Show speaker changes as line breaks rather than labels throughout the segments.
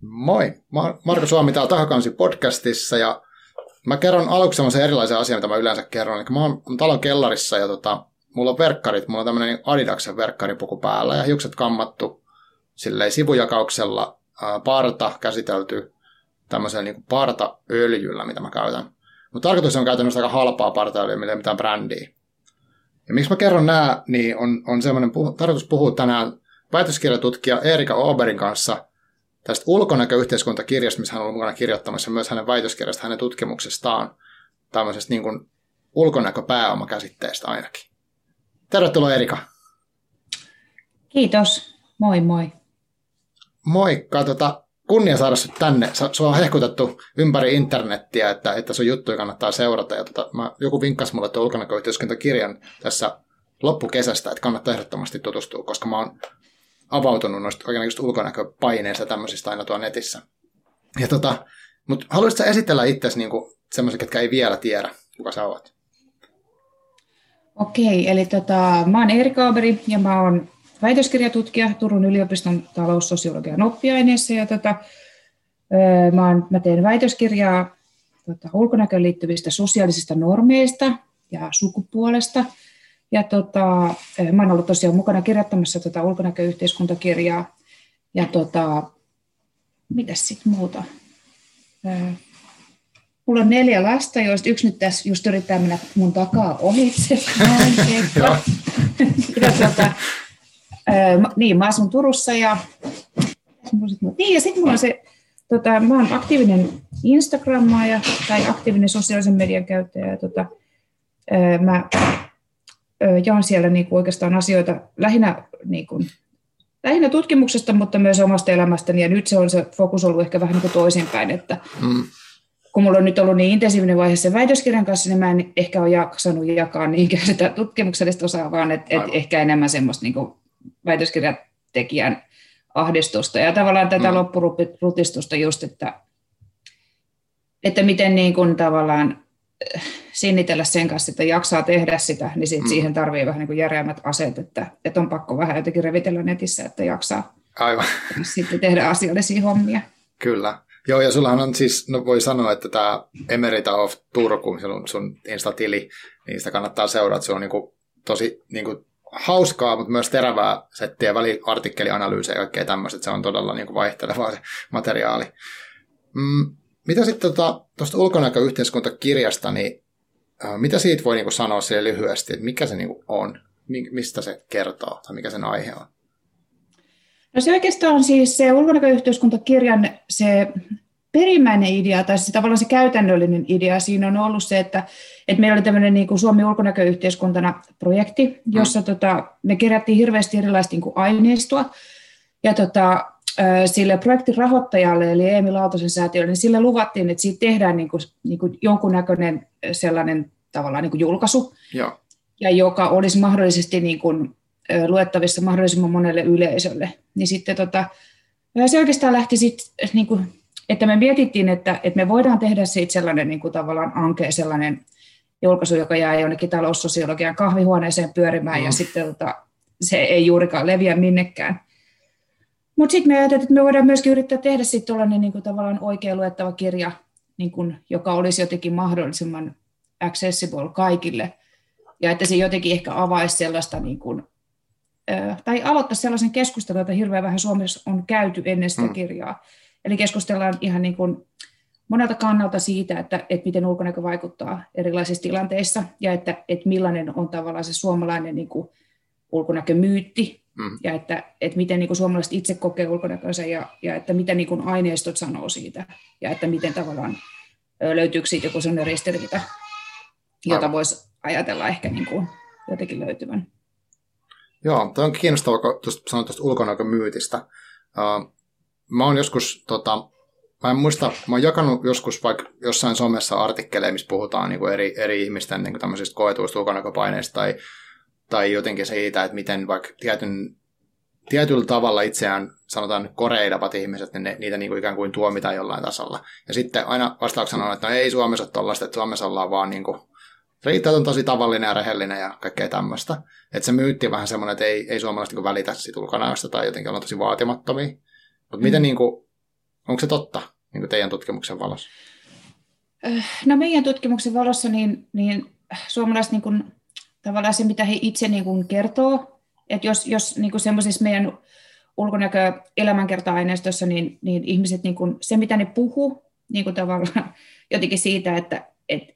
Moi, Marko Suomi täällä Tahakansi podcastissa ja mä kerron aluksi semmoisen erilaisen asian, mitä mä yleensä kerron. Eli mä oon talon kellarissa ja mulla on verkkarit, mulla on tämmöinen Adidaksen verkkaripuku päällä ja hiukset kammattu silleen sivujakauksella, parta käsitelty tämmöisellä niin partaöljyllä, mitä mä käytän. Mutta tarkoitus on käytännössä aika halpaa partaöljyä, millä ei mitään brändiä. Ja miksi mä kerron nää, niin on semmoinen tarkoitus puhua tänään väitöskirjatutkija Erika Oberin kanssa tästä ulkonäköyhteiskuntakirjasta, missä hän on ollut mukana kirjoittamassa myös hänen väitöskirjasta, hänen tutkimuksestaan, tämmöisestä niin kuin ulkonäköpääomakäsitteestä ainakin. Tervetuloa Erika.
Kiitos. Moi moi.
Moikka. Kunnia saada sinut tänne. Sua on hehkutettu ympäri internettiä, että sun juttuja kannattaa seurata. Ja joku vinkkasi mulle tuon ulkonäköyhteiskuntakirjan tässä loppukesästä, että kannattaa ehdottomasti tutustua, koska mä oon avautunut noista oikein ulkonäköpaineista ja tämmöisistä aina tuolla netissä. Mutta haluaisitko sä esitellä itsesi niinku semmoisen, ketkä ei vielä tiedä, kuka sä oot?
Okei, eli mä oon Erika Oberi ja mä oon väitöskirjatutkija Turun yliopiston taloussosiologian oppiaineessa. Ja mä teen väitöskirjaa ulkonäköön liittyvistä sosiaalisista normeista ja sukupuolesta. Ja mä oon ollut tosiaan mukana kirjoittamassa ulkonäköyhteiskuntakirjaa. Ja mitäs sitten muuta? Mulla on 4 lasta, joista yksi nyt tässä just yrittää mennä mun takaa ohitse. Mä asun Turussa ja sitten mulla on se, mä oon aktiivinen Instagrammaaja tai aktiivinen sosiaalisen median käyttäjä. Mä jaan siellä niinku oikeastaan asioita lähinnä tutkimuksesta, mutta myös omasta elämästäni. Ja nyt se on se fokus ollut ehkä vähän niin kuin toisinpäin, että kun mulla on nyt ollut niin intensiivinen vaihe sen väitöskirjan kanssa, niin mä en ehkä ole jaksanut jakaa niinkään sitä tutkimuksellista osaa, vaan että ehkä enemmän semmoista niin kuin väitöskirjatekijän ahdistusta. Ja tavallaan tätä loppurutistusta just, että miten niin kuin tavallaan sinnitellä sen kanssa, että jaksaa tehdä sitä, niin siihen tarvii vähän niin kuin järeämmät aseet, että on pakko vähän jotenkin revitellä netissä, että jaksaa
Aivan.
sitten tehdä asiallisia hommia.
Kyllä. Joo, ja sullahan on siis, voi sanoa, että tämä Emerita of Turku, sun Insta-tili, niin sitä kannattaa seurata. Se on niinku tosi niinku hauskaa, mutta myös terävää settiä, väliartikkelianalyysejä ja kaikkea tämmöistä. Se on todella niinku vaihtelevaa se materiaali. Mitä sitten tuosta ulkonäköyhteiskuntakirjasta, niin mitä siitä voi niinku sanoa sille lyhyesti, että mikä se niinku on, mistä se kertoo tai mikä sen aihe on?
No se oikeastaan on siis se ulkonäköyhteiskuntakirjan se perimmäinen idea, tai siis tavallaan se käytännöllinen idea siinä on ollut se, että meillä oli tämmöinen niin kuin Suomi ulkonäköyhteiskuntana projekti, jossa me kerättiin hirveästi erilaista niin kuin aineistoa, ja sille projektin rahoittajalle, eli Eemi Lautosen säätiölle, niin sille luvattiin, että siitä tehdään niin kuin jonkunnäköinen sellainen tavallaan niin kuin julkaisu, ja joka olisi mahdollisesti niin kuin luettavissa mahdollisimman monelle yleisölle. Niin sitten se oikeastaan lähti sitten, niin kuin, että me mietittiin, että me voidaan tehdä siitä sellainen niin kuin tavallaan ankea sellainen julkaisu, joka jää jonnekin taloussosiologian kahvihuoneeseen pyörimään, ja sitten se ei juurikaan leviä minnekään. Mutta sitten me ajateltiin, että me voidaan myöskin yrittää tehdä sitten tuollainen niin kuin tavallaan oikea luettava kirja, niin kuin, joka olisi jotenkin mahdollisimman accessible kaikille, ja että se jotenkin ehkä avaisi sellaista niin kuin, tai aloittaa sellaisen keskustelun, jota hirveän vähän Suomessa on käyty ennen sitä kirjaa. Eli keskustellaan ihan niin kuin monelta kannalta siitä, että miten ulkonäkö vaikuttaa erilaisissa tilanteissa, ja että millainen on tavallaan se suomalainen niin kuin ulkonäkömyytti, ja että miten niin kuin suomalaiset itse kokee ulkonäkönsä, ja että mitä niin kuin aineistot sanoo siitä, ja että miten tavallaan löytyykö siitä joku sellainen ristiriita, jota voisi ajatella ehkä niin kuin jotenkin löytyvän.
Joo, tämä on kiinnostavaa, kun sanoit tuosta ulkonäkömyytistä. Mä oon joskus, mä en muista, mä oon jakanut joskus vaikka jossain somessa artikkeleja, missä puhutaan niin kuin eri ihmisten niin kuin tämmöisistä koetuista ulkonäköpaineista tai jotenkin siitä, että miten vaikka tietyllä tavalla itseään, sanotaan koreilevat ihmiset, niin niitä niin kuin ikään kuin tuomitaan jollain tasolla. Ja sitten aina vastauksena on, että no ei Suomessa ole tollaista, että Suomessa ollaan vaan niin kuin riittää, on tosi tavallinen ja rehellinen ja kaikkea tämmöistä. Että se myytti vähän semmoinen, että ei suomalaiset niin välitä siitä ulkonäöstä tai jotenkin olla tosi vaatimattomia. Mutta miten niin kuin, Onko se totta niin kuin teidän tutkimuksen valossa?
No meidän tutkimuksen valossa niin suomalaiset niin kuin, tavallaan se, mitä he itse niin kuin kertoo, että jos niin kuin semmoisessa meidän ulkonäkö-elämänkerta-aineistossa, niin ihmiset, niin kuin, se mitä ne puhuu, niin kuin tavallaan jotenkin siitä, että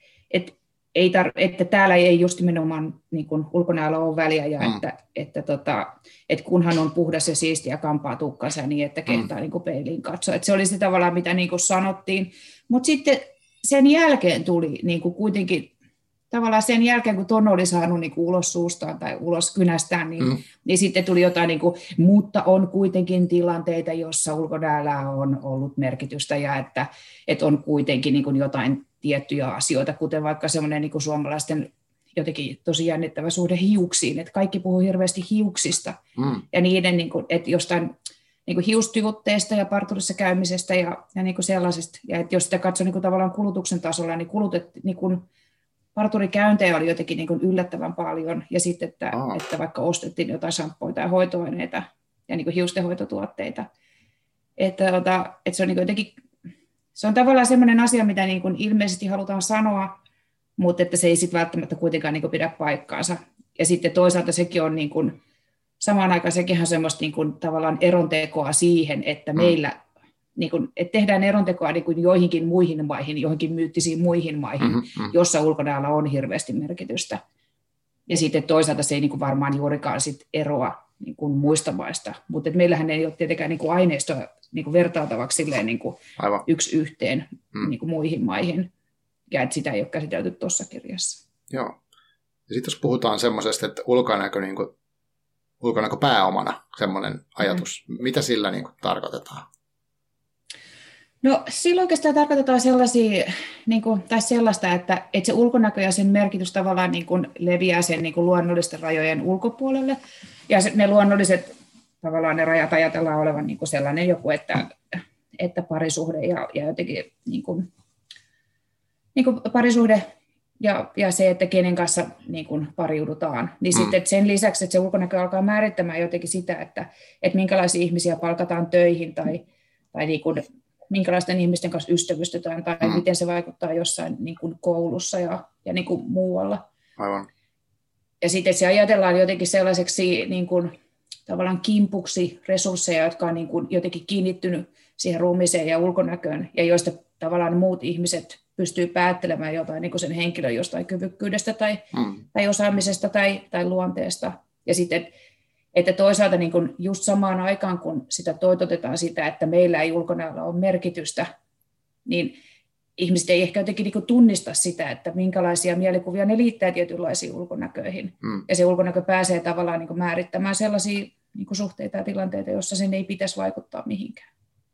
täällä ei just nimenomaan niin kuin ulkonäöllä ole väliä, ja että kunhan on puhdas ja siisti ja kampaa tukkansa niin, että kehtaa niin kuin peiliin katsoa. Että se oli se tavallaan, mitä niin kuin sanottiin. Mutta sitten sen jälkeen tuli niin kuin kuitenkin, tavallaan sen jälkeen, kun ton oli saanut niin kuin ulos suustaan tai ulos kynästään, niin sitten tuli jotain, niin kuin, mutta on kuitenkin tilanteita, jossa ulkonäöllä on ollut merkitystä ja että on kuitenkin niin kuin jotain tiettyjä asioita, kuten vaikka semmoinen niin kuin suomalaisten jotenkin tosi jännittävä suhde hiuksiin, että kaikki puhuu hirveästi hiuksista ja niiden, niin kuin, että jostain niin kuin hiustyutteesta ja parturissa käymisestä ja niin kuin sellaisesta, ja että jos sitä katsoo niin kuin tavallaan kulutuksen tasolla, niin niin kuin parturikäyntejä oli jotenkin niin kuin yllättävän paljon, ja sitten, että vaikka ostettiin jotain shampooita tai hoitoaineita ja niin kuin hiustenhoitotuotteita, että se on niin kuin jotenkin, se on tavallaan sellainen asia, mitä niin kuin ilmeisesti halutaan sanoa, mutta että se ei sitten välttämättä kuitenkaan niin kuin pidä paikkaansa. Ja sitten toisaalta sekin on niin kuin, samaan aikaan sekin on semmoista niin kuin tavallaan erontekoa siihen, että meillä niin kuin, että tehdään erontekoa niin kuin joihinkin muihin maihin, joihinkin myyttisiin muihin maihin, jossa ulkonäöllä on hirveästi merkitystä. Ja sitten toisaalta se ei niin kuin varmaan juurikaan sit eroa niin kuin muista maista, mutta meillähän ei ole tietenkään niin kuin aineistoa niin kuin vertailtavaksi silleen, niin kuin yksi yhteen niin kuin muihin maihin, ja että sitä ei ole käsitelty tuossa kirjassa.
Joo. Ja sitten jos puhutaan semmoisesta, että ulkonäkö pääomana, semmoinen ajatus, mitä sillä niin kuin tarkoitetaan?
No silloin oikeastaan tarkoitetaan sellaisia, niin kuin, tai sellaista, että se ulkonäkö ja sen merkitys tavallaan niin kuin leviää sen niin kuin luonnollisten rajojen ulkopuolelle. Ja ne luonnolliset tavallaan ne rajat ajatellaan olevan niin kuin sellainen joku, että parisuhde ja jotenkin niin kuin parisuhde ja se, että kenen kanssa niin kuin pariudutaan. Niin sitten että sen lisäksi, että se ulkonäkö alkaa määrittämään jotenkin sitä, että minkälaisia ihmisiä palkataan töihin tai niin kuin, minkälaisten ihmisten kanssa ystävystytään tai miten se vaikuttaa jossain niin kuin koulussa ja niin kuin muualla.
Aivan.
Ja sitten se ajatellaan jotenkin sellaiseksi niin kuin, tavallaan kimpuksi resursseja, jotka on niin kuin jotenkin kiinnittynyt siihen ruumiiseen ja ulkonäköön, ja joista tavallaan muut ihmiset pystyy päättelemään jotain niin kuin sen henkilön jostain kyvykkyydestä tai osaamisesta tai luonteesta. Ja sitten, että toisaalta niin kuin just samaan aikaan, kun sitä toitotetaan sitä, että meillä ei ulkonäöllä ole merkitystä, niin ihmiset ei ehkä jotenkin niin kuin tunnista sitä, että minkälaisia mielikuvia ne liittää tietynlaisiin ulkonäköihin. Ja se ulkonäkö pääsee tavallaan niin kuin määrittämään sellaisia niin kuin suhteita ja tilanteita, joissa sen ei pitäisi vaikuttaa mihinkään.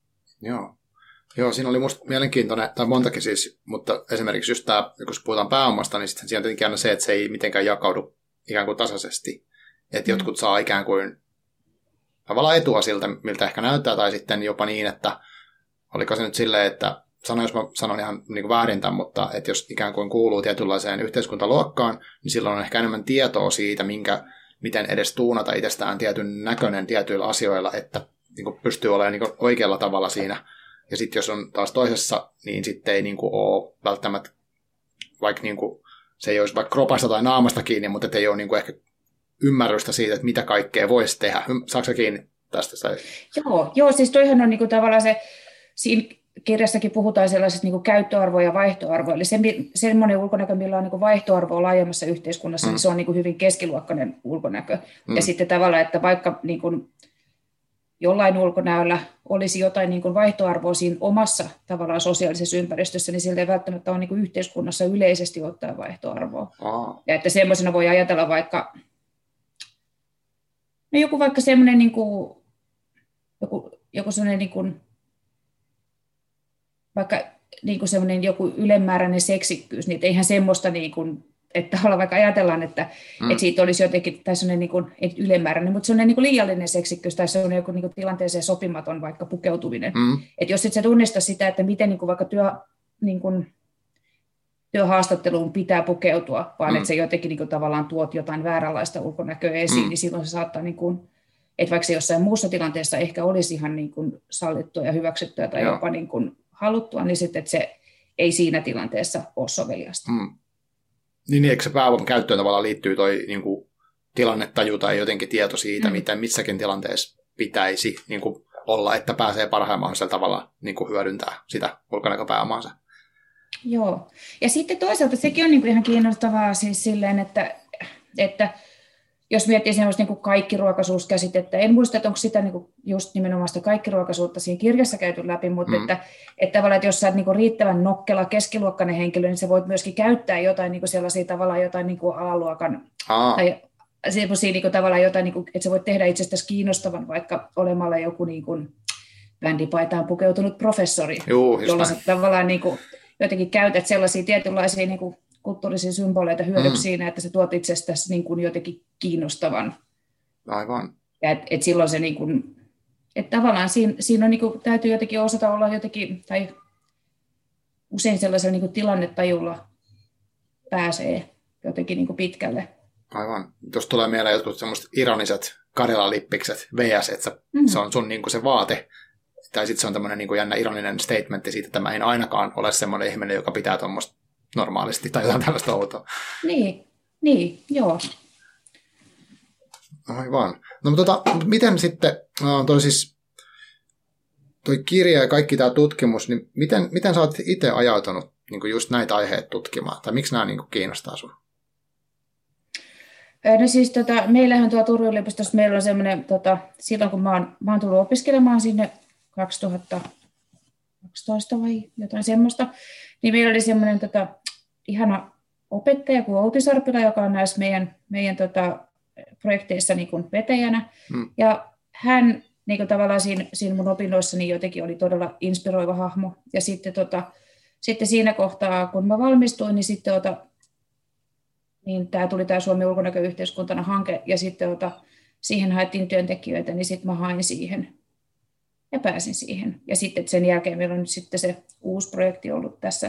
Joo, siinä oli musta mielenkiintoinen, tai montakin siis, mutta esimerkiksi just tämä, kun puhutaan pääomasta, niin sitten siinä on tietenkin aina se, että se ei mitenkään jakaudu ikään kuin tasaisesti. Että jotkut saa ikään kuin tavallaan etua siltä, miltä ehkä näyttää, tai sitten jopa niin, että oliko se nyt silleen, että jos mä sanon ihan niin kuin väärin tämän, mutta että jos ikään kuin kuuluu tietynlaiseen yhteiskuntaluokkaan, niin silloin on ehkä enemmän tietoa siitä, miten edes tuunata itsestään tietyn näköinen tietyillä asioilla, että niin kuin pystyy olemaan niin kuin oikealla tavalla siinä. Ja sitten jos on taas toisessa, niin sitten ei niin kuin ole välttämättä, vaikka niin kuin, se ei olisi vaikka kropasta tai naamasta kiinni, mutta ei ole niin kuin ehkä ymmärrystä siitä, että mitä kaikkea voisi tehdä. Saatko sä kiinni tästä?
Joo, siis toihan on niin kuin tavallaan se, siinä kirjassakin puhutaan sellaisesta niin kuin käyttöarvoa ja vaihtoarvoa. Eli semmoinen ulkonäkö, millä on niin kuin vaihtoarvoa laajemmassa yhteiskunnassa, niin se on niin kuin hyvin keskiluokkainen ulkonäkö. Ja sitten tavallaan, että vaikka niin kuin jollain ulkonäöllä olisi jotain niin kuin vaihtoarvoa siinä omassa tavallaan sosiaalisessa ympäristössä, niin siltä ei välttämättä ole niin kuin yhteiskunnassa yleisesti ottaen vaihtoarvoa. Ja että semmoisena voi ajatella vaikka, no joku vaikka semmoinen niin kuin, joku semmoinen niin kuin, vaikka niin kuin semmoinen joku ylemmääräinen seksikkyys, niin eihän semmoista niin kuin, että vaikka ajatellaan, että siitä olisi jotenkin, tai sellainen niin kuin, ei ylimääräinen, mutta sellainen niin kuin liiallinen seksikkyys, tai sellainen joku niin kuin tilanteeseen sopimaton vaikka pukeutuminen. Että jos et sä tunnista sitä, että miten niin kuin vaikka työhaastatteluun pitää pukeutua, vaan että sä jotenkin niin kuin tavallaan tuot jotain vääränlaista ulkonäköä esiin, niin silloin se saattaa niin kuin että vaikka se jossain muussa tilanteessa ehkä olisi ihan niin kuin sallittua ja hyväksyttyä tai jopa niin kuin haluttua, niin sitten että se ei siinä tilanteessa ole soveliasta.
Niin, eikö se pääoman käyttöön tavallaan liittyy toi niin kuin tilannetaju tai jotenkin tieto siitä, miten missäkin tilanteessa pitäisi niin kuin olla, että pääsee parhaalla mahdollisella tavalla niin kuin hyödyntää sitä ulkonäköpääomaansa.
Joo, ja sitten toisaalta sekin on niin kuin ihan kiinnostavaa siis silleen, että jos miettii semmoista niin kuin kaikkiruokaisuuskäsitettä, en muista, että onko sitä niin kuin just nimenomaan sitä kaikkiruokaisuutta siinä kirjassa käyty läpi, mutta että tavallaan, että jos sä oot niin kuin riittävän nokkela keskiluokkainen henkilö, niin sä voit myöskin käyttää jotain niin kuin sellaisia tavallaan jotain niin kuin alaluokan tai semmoisia niin kuin tavallaan jotain, niin kuin, että sä voit tehdä itsestäsi kiinnostavan vaikka olemalla joku niin kuin bändipaitaan pukeutunut professori, jolla sä tavallaan niin kuin jotenkin käytät sellaisia tietynlaisia niin kuin kulttuurisia symboleita hyödyksi siinä, että sä tuot itsestäsi niin kuin jotenkin kiinnostavan.
Aivan.
Ja et silloin se, niin kuin, että tavallaan siinä on, niin kuin, täytyy jotenkin osata olla jotenkin, tai usein sellaisella niin kuin tilannetajulla pääsee jotenkin niin kuin pitkälle.
Aivan. Tuossa tulee mieleen jotkut semmoiset ironiset Karjala-lippikset, VS, että se on sun niin kuin se vaate. Tai sitten se on tämmöinen niin kuin jännä ironinen statementti siitä, että mä en ainakaan ole semmoinen ihminen, joka pitää tuommoista normaalisti tai jotain tällaista outoa.
Niin, joo.
Aivan. No mutta miten sitten, toi kirja ja kaikki tämä tutkimus, niin miten sä oot itse ajautunut niin kuin just näitä aiheita tutkimaan? Tai miksi nämä niin kuin kiinnostaa sun?
No siis meillähän tuo Turun yliopistossa meillä on semmoinen, silloin kun mä oon tullut opiskelemaan sinne 2012 vai jotain semmoista, niin meillä oli semmoinen ihana opettaja kuin Outi Sarpila, joka on näissä meidän projekteissa niin kuin vetäjänä. Ja hän niin kuin tavallaan siinä mun opinnoissa niin jotenkin oli todella inspiroiva hahmo. Ja sitten siinä kohtaa, kun mä valmistuin, niin sitten niin tuli tämä Suomen ulkonäköyhteiskuntana hanke, ja sitten siihen haettiin työntekijöitä, niin sitten mä hain siihen ja pääsin siihen. Ja sitten sen jälkeen meillä on nyt sitten se uusi projekti ollut tässä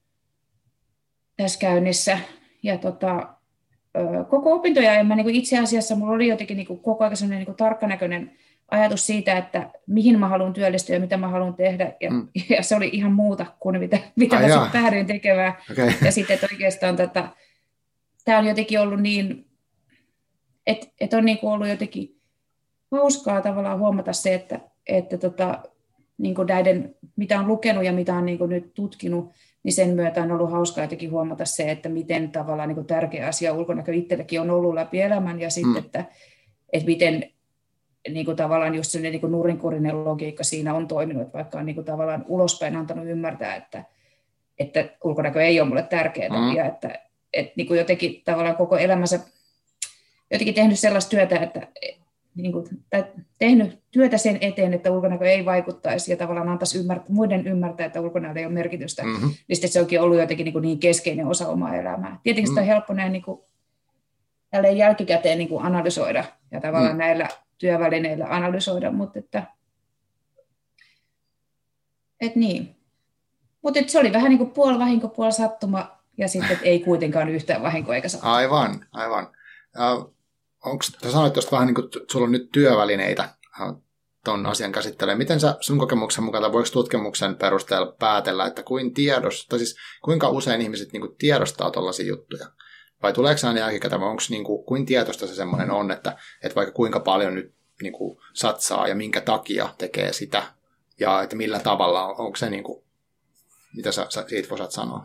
käynnissä. Ja koko opintoja mä niin itse asiassa mulla oli jotenkin niin koko ajan sellainen niin tarkkanäköinen ajatus siitä, että mihin mä haluan työllistyä ja mitä mä haluan tehdä. Ja se oli ihan muuta kuin mitä mä sitten päädyin tekemään. Okay. Ja sitten että oikeastaan tämä on jotenkin ollut niin, että on niin kuin ollut jotenkin hauskaa tavallaan huomata se, että niin kuin näiden, mitä on lukenut ja mitä on niin kuin nyt tutkinut, niin sen myötä on ollut hauskaa jotenkin huomata se, että miten tavallaan niin kuin tärkeä asia ulkonäkö itsellekin on ollut läpi elämän, ja sitten, että miten niin kuin tavallaan just sellainen niin kuin nurinkurinen logiikka siinä on toiminut, että vaikka on niin kuin tavallaan ulospäin antanut ymmärtää, että ulkonäkö ei ole mulle tärkeää, ja että niin kuin jotenkin tavallaan koko elämänsä jotenkin tehnyt sellaista työtä, että niin kuin, tehnyt työtä sen eteen, että ulkonäkö ei vaikuttaisi ja tavallaan antaisi muiden ymmärtää, että ulkonäöllä ei ole merkitystä, niin sitten se onkin ollut jotenkin niin keskeinen osa omaa elämää. Tietenkin sitä on helppo näin niin kuin, jälkikäteen niin kuin analysoida ja tavallaan näillä työvälineillä analysoida, mutta että niin. Mutta se oli vähän niin kuin puoli vahinko, puoli sattuma, ja sitten ei kuitenkaan yhtään vahinkoa eikä sattuma.
Aivan. Sä sanoit tuosta vähän niin kuin, sulla on nyt työvälineitä tuon asian käsittelyyn. Miten sä sun kokemuksen mukaan, voiko tutkimuksen perusteella päätellä, että kuinka usein ihmiset niin kuin tiedostaa tuollaisia juttuja? Vai tuleeko se aina jälkikäteen, vai onko niin kuin tietoista se semmoinen on, että vaikka kuinka paljon nyt niin kuin satsaa ja minkä takia tekee sitä, ja että millä tavalla, onko se niin kuin, mitä sä siitä voisit sanoa?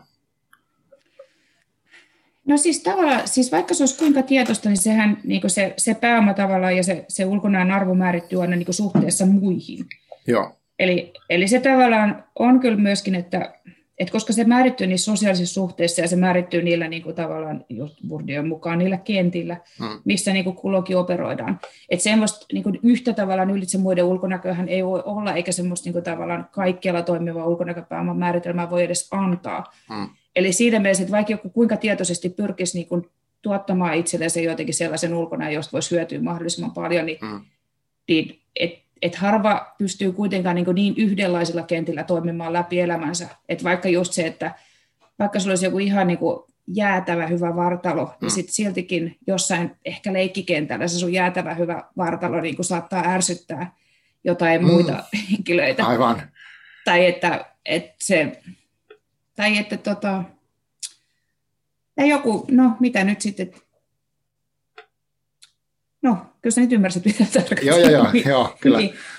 No siis tavallaan, vaikka se olisi kuinka tietoista, niin sehän niin se pääoma tavallaan ja se ulkonäön arvo määrittyy aina niin suhteessa muihin.
Joo.
Eli se tavallaan on kyllä myöskin, että koska se määrittyy niissä sosiaalisissa suhteissa ja se määrittyy niillä niin kuin tavallaan just Bourdieun mukaan niillä kentillä, missä niin kuin kulloinkin operoidaan. Että semmoista niin kuin yhtä tavallaan ylitse muiden ulkonäköhän ei voi olla, eikä semmoista niin kuin tavallaan kaikkialla toimivaa ulkonäköpääoman määritelmää voi edes antaa. Eli siinä mielessä, että vaikka joku kuinka tietoisesti pyrkisi niin kuin tuottamaan itselleen jotenkin sellaisen ulkonäön, josta voisi hyötyä mahdollisimman paljon, niin että harva pystyy kuitenkaan niin yhdenlaisilla kentillä toimimaan läpi elämänsä. Että vaikka just se, että vaikka sulla olisi joku ihan niin kuin jäätävä hyvä vartalo, niin sitten siltikin jossain ehkä leikkikentällä se sun jäätävä hyvä vartalo niin kuin saattaa ärsyttää jotain muita henkilöitä.
Aivan.
Tai joku, no mitä nyt sitten, no kyllä sä nyt ymmärsit, mitä tarkoittaa.
Joo, kyllä.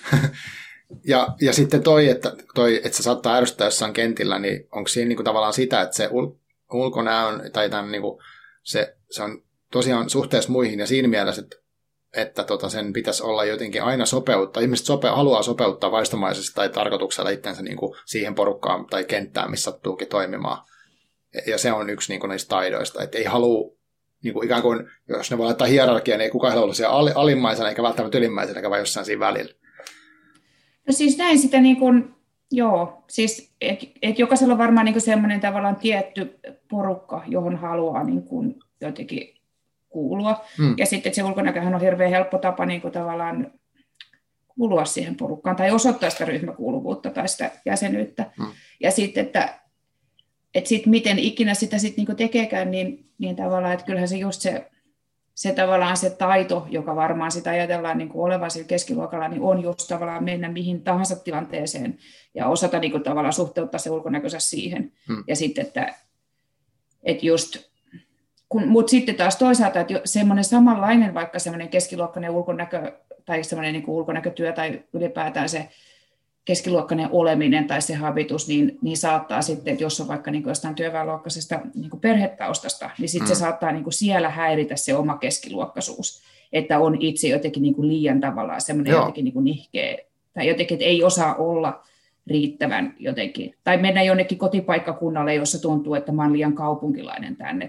Ja sitten että se saattaa ärsyttää jossain kentillä, niin onko siinä niin kuin tavallaan sitä, että se ulkonäön tai tämän, niin kuin, se on tosiaan suhteessa muihin ja siinä mielessä, että sen pitäisi olla jotenkin aina sopeuttaa. Ihmiset haluaa sopeuttaa vaistomaisesti tai tarkoituksella itsensä niin kuin siihen porukkaan tai kenttään, missä sattuukin toimimaan. Ja se on yksi niin kuin niistä taidoista, että ei halua, niin kuin ikään kuin, jos ne voi laittaa hierarkia, niin ei kukaan halua olla siellä alimmaisena eikä välttämättä ylimmäisenä, eikä vaan jossain siinä välillä.
No siis näin sitä niin kuin, joo, siis et jokaisella on varmaan niin kuin semmoinen tavallaan tietty porukka, johon haluaa niin kuin jotenkin kuulua. Ja sitten että se ulkonäköhän on hirveän helppo tapa niin kuin tavallaan kuulua siihen porukkaan tai osoittaa sitä ryhmäkuuluvuutta tai sitä jäsenyyttä. Ja sitten, että sit miten ikinä sitä sitten niin kuin tekeekään, niin tavallaan, että kyllähän se just se tavallaan se taito, joka varmaan sitä ajatellaan niin kuin olevan sillä keskiluokalla, niin on just tavallaan mennä mihin tahansa tilanteeseen ja osata niin kuin tavallaan suhteuttaa se ulkonäkönsä siihen. Ja sitten, että just, mutta sitten taas toisaalta, että semmoinen samanlainen vaikka semmoinen keskiluokkainen ulkonäkö tai semmoinen niin kuin ulkonäkötyö tai ylipäätään se keskiluokkainen oleminen tai se habitus, niin saattaa sitten, että jos on vaikka niin kuin jostain työväenluokkaisesta niin kuin perhetaustasta, niin sitten se saattaa niin kuin siellä häiritä se oma keskiluokkaisuus, että on itse jotenkin niin kuin liian tavallaan semmoinen jotenkin niin kuin nihkeä, tai jotenkin, että ei osaa olla riittävän jotenkin, tai mennä jonnekin kotipaikkakunnalle, jossa tuntuu, että mä oon liian kaupunkilainen tänne,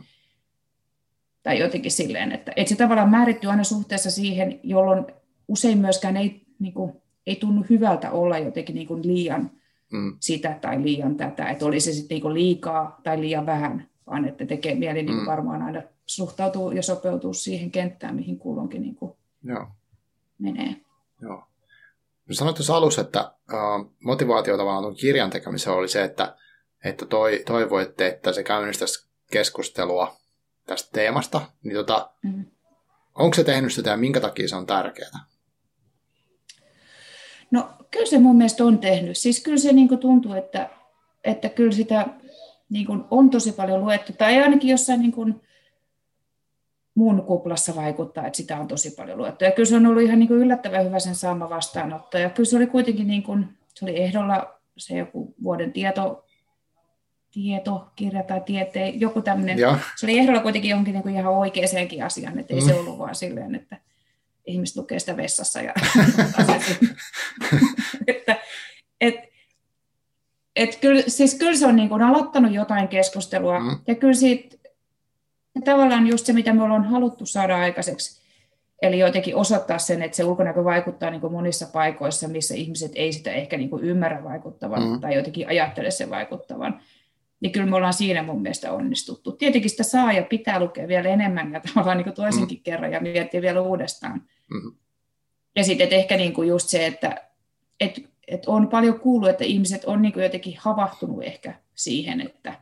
tai jotenkin silleen, että se tavallaan määrittyy aina suhteessa siihen, jolloin usein myöskään ei tunnu hyvältä olla jotenkin niin kuin liian sitä tai liian tätä, että olisi se sitten niin kuin liikaa tai liian vähän, vaan että tekee mieli niin kuin varmaan aina suhtautuu ja sopeutuu siihen kenttään, mihin kulloinkin niin kuin menee.
Joo. Sanoit tuossa alussa, että motivaatio tavallaan tuon kirjan tekemiseen oli se, että toivoitte, että se käynnistäisi keskustelua tästä teemasta. Niin onko se tehnyt sitä ja minkä takia se on tärkeää?
No kyllä se mun mielestä on tehnyt. Siis kyllä se niin kuin tuntuu, että kyllä sitä niin kuin on tosi paljon luettu. Tai ainakin jossain niin kuin mun kuplassa vaikuttaa, että sitä on tosi paljon luettu. Ja kyllä se on ollut ihan niin kuin yllättävän hyvä sen saama vastaanotto. Ja kyllä se oli kuitenkin niin kuin, se oli ehdolla se joku vuoden tietokirja tai joku tämmöinen. Se oli ehdolla kuitenkin johonkin niin kuin ihan oikeaankin asiaan, että ei se ollut vaan silleen, että ihmiset lukee sitä vessassa. Ja kyllä se on niin kuin aloittanut jotain keskustelua. Ja kyllä siitä, ja tavallaan just se, mitä me ollaan haluttu saada aikaiseksi, eli jotenkin osoittaa sen, että se ulkonäkö vaikuttaa niin kuin monissa paikoissa, missä ihmiset ei sitä ehkä niin kuin ymmärrä vaikuttavan tai jotenkin ajattele sen vaikuttavan. Niin kyllä me ollaan siinä mun mielestä onnistuttu. Tietenkin sitä saa ja pitää lukea vielä enemmän ja tavallaan niin kuin toisenkin kerran ja miettiä vielä uudestaan. Ja sitten ehkä niin kuin just se, että on paljon kuullut, että ihmiset on niin kuin jotenkin havahtunut ehkä siihen, että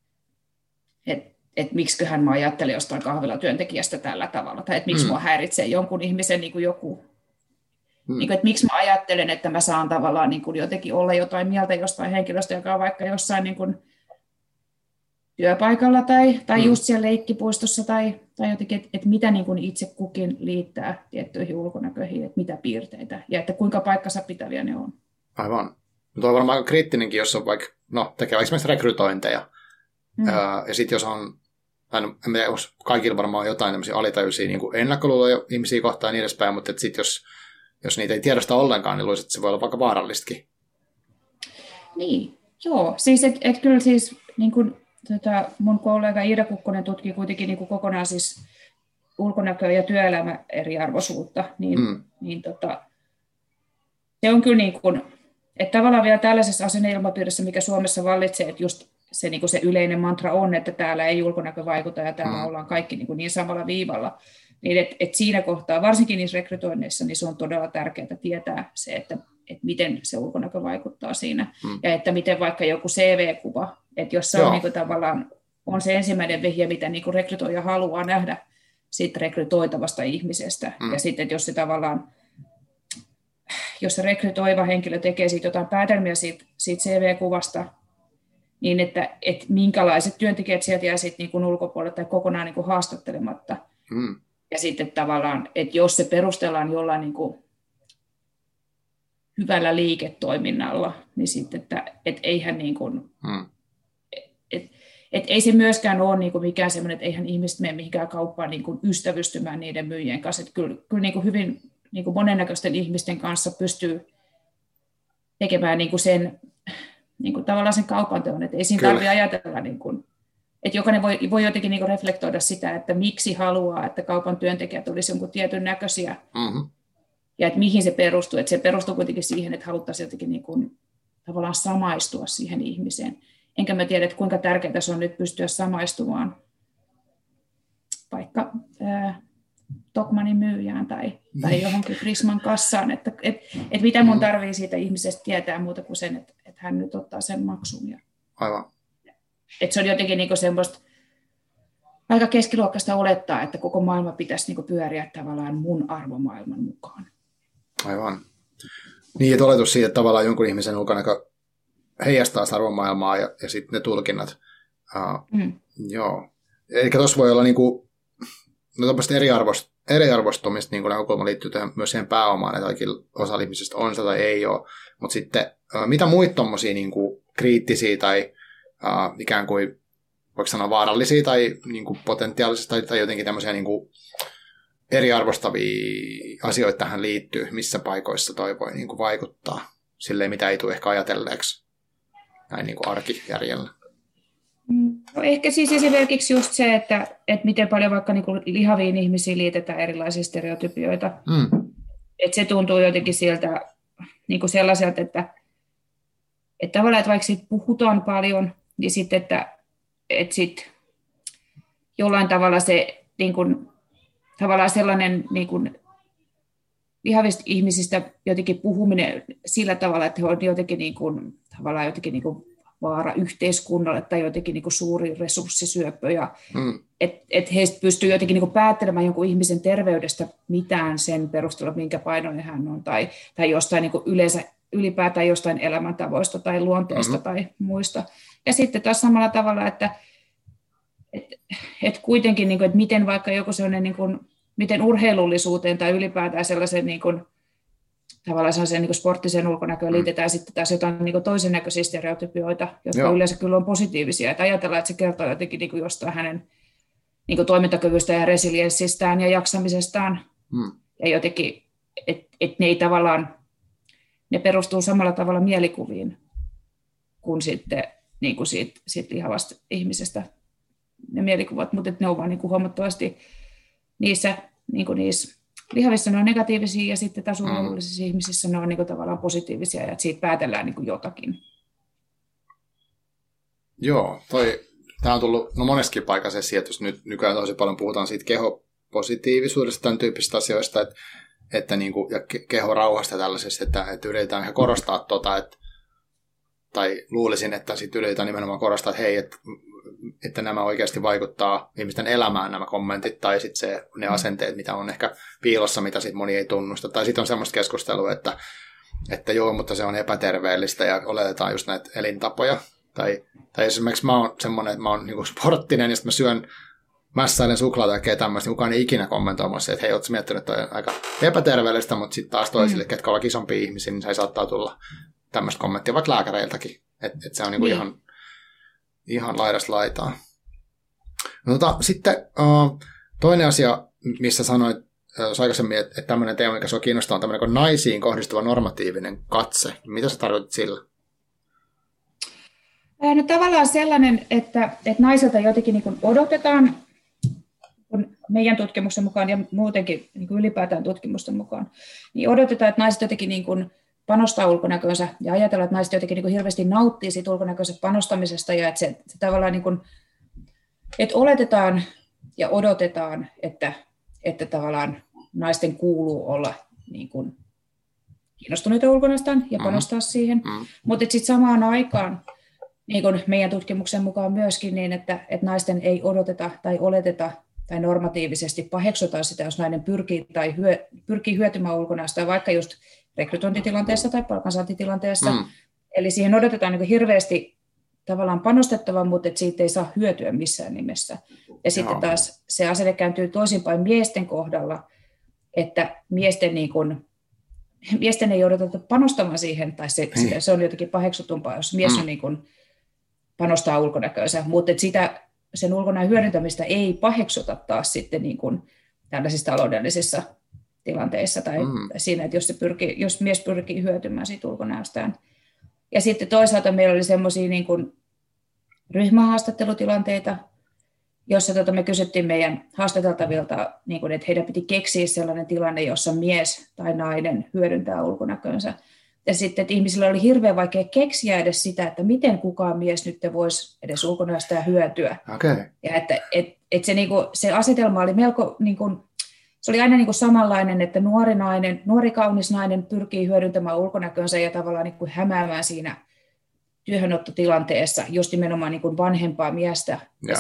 miksiköhän mä ajattelen jostain kahvilatyöntekijästä tällä tavalla, tai että miksi mua häiritsee jonkun ihmisen niin kuin joku, niin kuin, että miksi mä ajattelen, että mä saan tavallaan niin kuin jotenkin olla jotain mieltä jostain henkilöstä, joka on vaikka jossain niin kuin työpaikalla tai just siellä leikkipuistossa tai jotenkin, että mitä niin kuin itse kukin liittää tiettyihin ulkonäköihin, että mitä piirteitä ja että kuinka paikkansa pitäviä ne on.
Aivan. Tuo on varmaan aika kriittinenkin, jos on vaikka, tekee esimerkiksi rekrytointeja. Ja sitten jos on, en tiedä, jos kaikilla varmaan on jotain tämmöisiä alitajuisia niin kuin ennakkoluuloja ihmisiä kohtaan ja niin edespäin, mutta sitten jos niitä ei tiedosta ollenkaan, niin luulisin, että se voi olla vaikka vaarallistakin.
Niin, joo. Siis, et kyllä siis niin kuin, mun kollega Iida Kukkonen tutkii kuitenkin niin kuin kokonaan siis ulkonäköä ja työelämä eriarvoisuutta, niin se on kyllä niin kuin, että tavallaan vielä tällaisessa asenneilmapiirissä, mikä Suomessa vallitsee, että just se, niin kuin se yleinen mantra on, että täällä ei ulkonäkö vaikuta ja täällä ollaan kaikki niin samalla viivalla, niin että siinä kohtaa, varsinkin niissä rekrytoinneissa, niin se on todella tärkeää tietää se, että miten se ulkonäkö vaikuttaa siinä ja että miten vaikka joku CV-kuva, että jos se on niin kuin tavallaan on se ensimmäinen vihje, mitä niin kuin rekrytoija haluaa nähdä siitä rekrytoitavasta ihmisestä. Ja sitten, että jos se tavallaan, jos se rekrytoiva henkilö tekee siitä jotain päätelmiä siitä CV-kuvasta, niin että minkälaiset työntekijät sieltä jää sitten niin kuin ulkopuolelle tai kokonaan niin kuin haastattelematta. Ja sitten tavallaan, että jos se perustellaan jollain niin kuin hyvällä liiketoiminnalla, niin sitten, että eihän niin kuin, että ei se myöskään ole niin kuin mikään semmoinen, että eihän ihmiset mene mihinkään kauppaan niin kuin ystävystymään niiden myyjien kanssa. Että kyllä niin kuin hyvin niin kuin monennäköisten ihmisten kanssa pystyy tekemään niin kuin sen, niin kuin tavallaan sen kaupanteon. Että ei siinä tarvitse ajatella, niin kuin, että jokainen voi jotenkin niin kuin reflektoida sitä, että miksi haluaa, että kaupan työntekijät olisi jonkun tietyn näköisiä. Ja että mihin se perustuu. Että se perustuu kuitenkin siihen, että haluttaisiin jotenkin niin kuin, tavallaan samaistua siihen ihmiseen. Enkä mä tiedä, että kuinka tärkeää se on nyt pystyä samaistumaan vaikka Tokmannin myyjään tai johonkin Prisman kassaan. Että mitä mun tarvii siitä ihmisestä tietää muuta kuin sen, että hän nyt ottaa sen maksun.
Aivan.
Että se on jotenkin niinku semmoista aika keskiluokkaista olettaa, että koko maailma pitäisi niinku pyöriä tavallaan mun arvomaailman mukaan.
Aivan. Niin, että oletus siitä, että tavallaan jonkun ihmisen ulkonäkö heijastaa sitä arvomaailmaa ja sitten ne tulkinnat. Joo. Eli tuossa voi olla niinku, no eriarvostumista niin näkökulma liittyy myös siihen pääomaan, että kaikilla osa ihmisistä on sitä tai ei ole. Mutta sitten mitä muita tuommoisia niinku kriittisiä tai ikään kuin, voiko sanoa vaarallisia tai niinku potentiaalisia tai jotenkin tämmöisiä niinku eriarvostavia asioita tähän liittyy, missä paikoissa toi voi niinku vaikuttaa silleen, mitä ei tule ehkä ajatelleeksi näin niinku arkijärjellä.
No ehkä siis esimerkiksi just se, että miten paljon vaikka niinku lihaviin ihmisiin liitetään erilaisia stereotypioita. Että se tuntuu jotenkin sieltä niinku sellaiselta, että tavallaan, että vaikka siitä puhutaan paljon, niin sitten, että sit jollain tavalla se niinku, tavallaan sellainen niinku, lihavista ihmisistä jotenkin puhuminen sillä tavalla, että he on jotenkin niinku, tavallaan jotenkin niinku vaara yhteiskunnalle tai jotenkin niin kuin suuri resurssisyöpö, ja että heistä pystyy jotenkin niin kuin päättelemään jonkun ihmisen terveydestä mitään sen perusteella, minkä painoinen hän on, tai jostain niin kuin ylipäätään jostain elämäntavoista tai luonteesta tai muista. Ja sitten taas samalla tavalla, että kuitenkin, niin kuin, että miten vaikka joku sellainen, niin kuin, miten urheilullisuuteen tai ylipäätään sellaisen niin kuin, tavallaan sellaiseen niin sporttiseen ulkonäköön liitetään sitten taas jotain niin toisen näköisiä stereotypioita, jotka yleensä kyllä on positiivisia. Että ajatellaan, että se kertoo jotenkin niin jostain hänen niin toimintakyvystään ja resilienssistään ja jaksamisestaan. Ja jotenkin, että ne ei tavallaan, ne perustuu samalla tavalla mielikuviin kuin sitten niin kuin siitä lihavasta ihmisestä ne mielikuvat, mutta ne on vaan niin kuin huomattavasti niissä lihavissa ne on negatiivisia ja sitten taas urheilullisissa ihmisissä ne on niin kuin tavallaan positiivisia ja että siitä päätellään niin kuin jotakin.
Joo, tämä on tullut monessakin paikassa esiin, että jos nyt nykyään tosi paljon puhutaan siitä kehopositiivisuudesta, tämän tyyppisistä asioista, että niin kuin, ja kehorauhasta tällaisesta, että yritetään ehkä korostaa tai luulisin, että sitten yritetään nimenomaan korostaa, että hei, että nämä oikeasti vaikuttaa ihmisten elämään nämä kommentit tai sitten ne asenteet, mitä on ehkä piilossa, mitä sitten moni ei tunnusta. Tai sitten on semmoista keskustelua, että joo, mutta se on epäterveellistä ja oletetaan just näitä elintapoja. Tai esimerkiksi mä oon semmoinen, että mä oon niinku sporttinen ja sitten mä mässäilen suklaata ja tämmöistä, niin kukaan ei ikinä kommentoimassa, että hei, ootko miettinyt, että toi on aika epäterveellistä, mutta sitten taas toisille, ketkä ovat isompia ihmisiä, niin se saattaa tulla tämmöistä kommenttia vaikka lääkäreiltäkin. Että se on niinku ihan laidasta laitaa. No, sitten toinen asia, missä sanoit aikaisemmin, että tämmöinen teema, mikä sua kiinnostaa, on tämmöinen naisiin kohdistuva normatiivinen katse. Mitä sä tarkoitat sillä?
No tavallaan sellainen, että naiselta jotenkin niin kuin odotetaan meidän tutkimuksen mukaan ja muutenkin niin kuin ylipäätään tutkimusten mukaan, niin odotetaan, että naiset jotenkin niin kuin panostaa ulkonäköönsä ja ajatellaan, että naiset jotenkin niin kuin hirveästi nauttii siitä ulkonäköönsä panostamisesta ja että se tavallaan niin kuin, että oletetaan ja odotetaan, että tavallaan naisten kuuluu olla niin kuin kiinnostuneita ulkonäöstään ja panostaa siihen, mutta sitten samaan aikaan niin kuin meidän tutkimuksen mukaan myöskin niin, että naisten ei odoteta tai oleteta tai normatiivisesti paheksutaan sitä, jos nainen pyrkii hyötymään ulkonäöstä, vaikka just rekrytointitilanteessa tai palkansaantitilanteessa. Eli siihen odotetaan niin hirveästi tavallaan panostettavan, mutta että siitä ei saa hyötyä missään nimessä. Ja sitten taas se asenne kääntyy toisinpäin miesten kohdalla, että miesten ei odoteta panostamaan siihen, tai se on jotenkin paheksutumpaa, jos mies on niin kuin panostaa ulkonäköönsä, mutta sen ulkonäön hyödyntämistä ei paheksuta taas sitten niin kuin tällaisissa taloudellisissa tilanteissa tai siinä, että jos mies pyrkii hyötymään siitä ulkonäöstään. Ja sitten toisaalta meillä oli semmoisia niin kuin ryhmähaastattelutilanteita, jossa me kysyttiin meidän haastateltavilta, niin kuin, että heidän piti keksiä sellainen tilanne, jossa mies tai nainen hyödyntää ulkonäkönsä. Ja sitten, että ihmisillä oli hirveän vaikea keksiä edes sitä, että miten kukaan mies nyt voisi edes ulkonäöstään hyötyä.
Okay.
Ja että se asetelma oli melko, se oli aina samanlainen, että nuori kaunis nainen pyrkii hyödyntämään ulkonäkönsä ja tavallaan hämäämään siinä työhönottotilanteessa just nimenomaan vanhempaa miestä.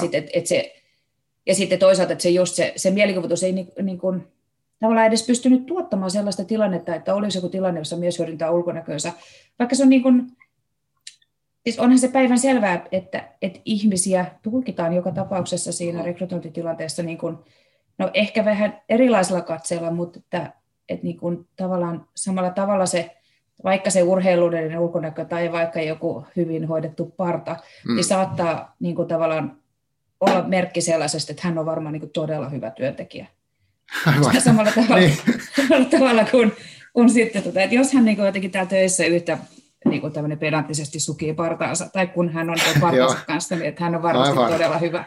Ja sitten toisaalta, että se mielikuvitus ei tavallaan edes pystynyt tuottamaan sellaista tilannetta, että olisi joku tilanne, jossa mies hyödyntää ulkonäkönsä. Vaikka se on siis onhan se päivän selvää, että ihmisiä tulkitaan joka tapauksessa siinä rekrytointitilanteessa no ehkä vähän erilaisella katseella, mutta että tavallaan samalla tavalla vaikka se urheilullinen ulkonäkö tai vaikka joku hyvin hoidettu parta, niin saattaa tavallaan olla merkki sellaisesta, että hän on varmaan todella hyvä työntekijä. Samalla tavalla kuin sitten, että jos hän jotenkin täällä töissä yhtä tämmöinen pedanttisesti sukii partaansa, tai kun hän on partaansa kanssa, niin että hän on varmasti todella hyvä.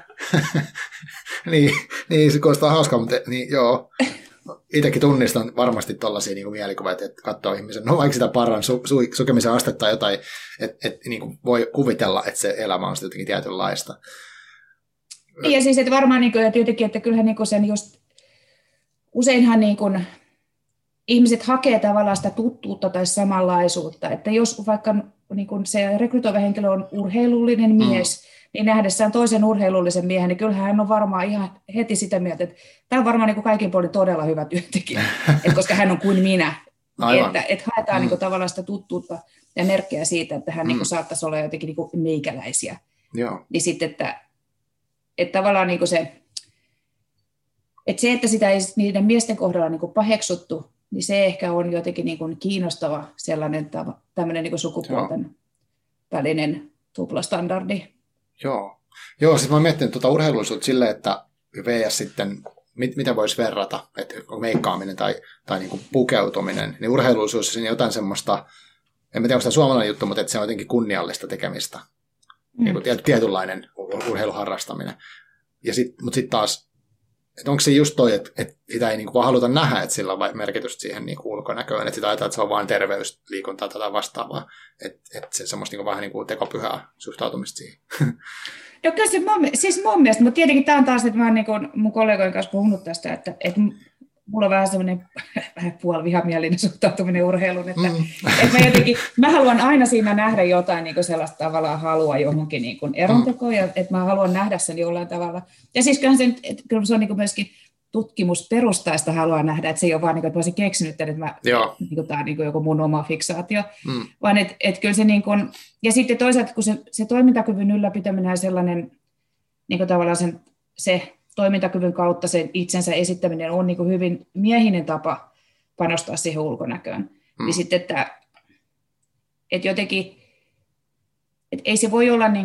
niin, se kuulostaa hauskaa, mutta niin, joo. Itsekin tunnistan varmasti tuollaisia mielikuvia, että katsoo ihmisen, no vaikka sitä parran sukemisen astetta tai jotain, että voi kuvitella, että se elämä on jotenkin tietynlaista.
Ja siis että varmaan jotenkin, että kyllähän sen just useinhan ihmiset hakee tavallaan sitä tuttuutta tai samanlaisuutta, että jos vaikka se rekrytoiva henkilö on urheilullinen mies, niin nähdessään toisen urheilullisen miehen, niin kyllähän hän on varmaan ihan heti sitä mieltä, että tämä on varmaan kaikin puolin todella hyvä työntekijä, koska hän on kuin minä. Että haetaan tavallaan sitä tuttuutta ja merkkejä siitä, että hän saattaisi olla jotenkin meikäläisiä.
Joo.
Niin sitten, että tavallaan että sitä ei niiden miesten kohdalla paheksuttu, niin se ehkä on jotenkin kiinnostava sellainen tämmöinen sukupuolten välinen tuplastandardi.
Joo, siis mä oon miettinyt urheilullisuutta silleen, että VS sitten, mitä voisi verrata, että meikkaaminen tai pukeutuminen, niin urheilullisuus on jotain semmoista, en tiedä, onko tämä suomalainen juttu, mutta että se on jotenkin kunniallista tekemistä. Tietynlainen urheiluharrastaminen. Mutta sitten taas, että onko se just toi, että sitä ei vaan haluta nähdä, että sillä on merkitystä siihen ulkonäköön, että sitä ajatellaan, että se on vain terveysliikuntaa tai vastaavaa, että se semmoista vähän tekopyhää suhtautumista siihen.
No kyllä se mun mielestä, mutta tietenkin tämä on taas, että mä oon mun kollegojen kanssa puhunut tästä, että mulla on vähän semmoinen puolivihamielinen suhtautuminen urheiluun, että mä haluan aina siinä nähdä jotain sellaista tavallaan halua johonkin erontekoon, ja että mä haluan nähdä sen jollain tavalla. Ja siis kyllä se on myöskin tutkimusperustaista haluaa nähdä, että se ei ole vaan, että mä olisin keksinyt, että tämä on joku mun oma fiksaatio, vaan että kyllä se ja sitten toisaalta, kun se toimintakyvyn ylläpitäminen on sellainen tavallaan se toimintakyvyn kautta sen itsensä esittäminen on hyvin miehinen tapa panostaa siihen ulkonäköön. Niin sitten, että jotenkin, että ei se voi olla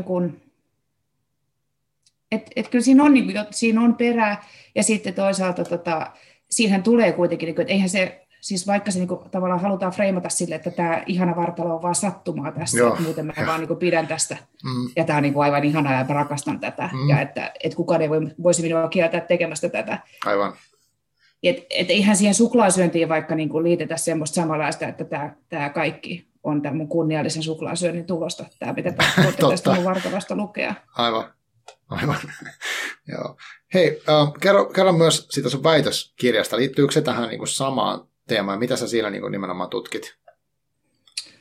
että kyllä siinä on perää, ja sitten toisaalta siinähän tulee kuitenkin, että eihän se, siis vaikka se tavallaan halutaan freimata sille, että tämä ihana vartalo on vaan sattumaa tässä, että muuten mä vaan pidän tästä, ja tämä on aivan ihanaa, ja mä rakastan tätä, ja että kukaan ei voisi minua kieltää tekemästä tätä.
Aivan.
Että eihän siihen suklaasyöntiin vaikka liitetä semmoista samanlaista, että tämä kaikki on tämän mun kunniallisen suklaasyönnin tulosta. Tämä pitää tästä mun vartalosta lukea.
Aivan. Joo. Hei, kerro myös siitä sun väitöskirjasta. Liittyykö se tähän samaan teemaan? Mitä sä siinä nimenomaan tutkit?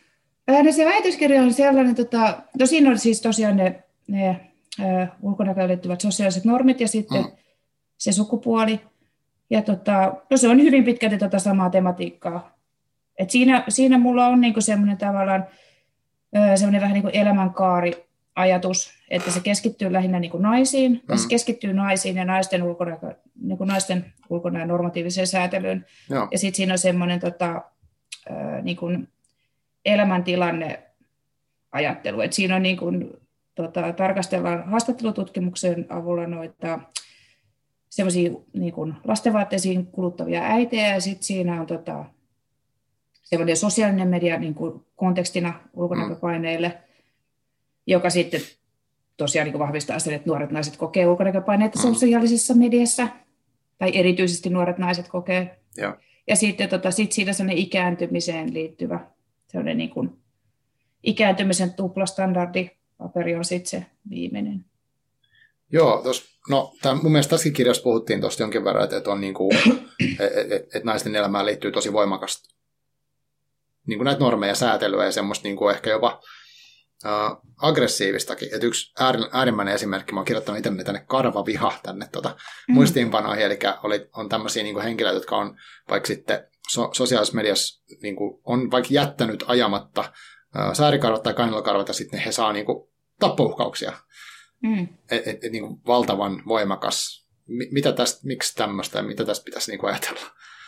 No se väitöskirja on sellainen, no siinä on siis tosiaan ne ulkonäköön liittyvät sosiaaliset normit ja sitten se sukupuoli. Ja no se on hyvin pitkälti samaa tematiikkaa. Et siinä mulla on niinku semmoinen tavallaan semmoinen vähän niin kuin elämänkaariajatus, että se keskittyy lähinnä niin kuin naisiin, ja se keskittyy naisiin ja naisten ulkonäön normatiiviseen säätelyyn.
Joo.
Ja sitten siinä on semmoinen niin kuin elämäntilanne ajattelu, että siinä on niin kuin, tarkastellaan haastattelututkimuksen avulla noita semmoisia niin kuin lastenvaatteisiin kuluttavia äitejä, ja sitten siinä on semmoinen sosiaalinen media niin kuin kontekstina ulkonäköpaineille, joka sitten tosiaan niin kuin vahvistaa sen, että nuoret naiset kokee ulkonäköpaineita sosiaalisessa mediassa, tai erityisesti nuoret naiset kokee. Ja sitten sit siinä semmoinen ikääntymiseen liittyvä, semmoinen niin kuin ikääntymisen tuplastandardipaperi on sitten se viimeinen.
Joo, mun mielestä tässäkin kirjassa puhuttiin tuosta jonkin verran, että on niinku, että naisten elämään liittyy tosi voimakasta niin kuin näitä normeja, säätelyä ja semmoista niin kuin ehkä jopa aggressiivistakin. Et yksi äärimmäinen esimerkki, mä oon kirjoittanut itselleni tänne karvaviha tänne muistiinpanoihin, eli on tämmöisiä niin kuin henkilöitä, jotka on vaikka sitten sosiaalisessa mediassa niin kuin on vaikka jättänyt ajamatta säärikarvat tai kainalokarvat, ja sitten he saa niin kuin tappouhkauksia. Niin kuin valtavan voimakas. Miksi tämmöistä ja mitä tästä pitäisi niin kuin ajatella?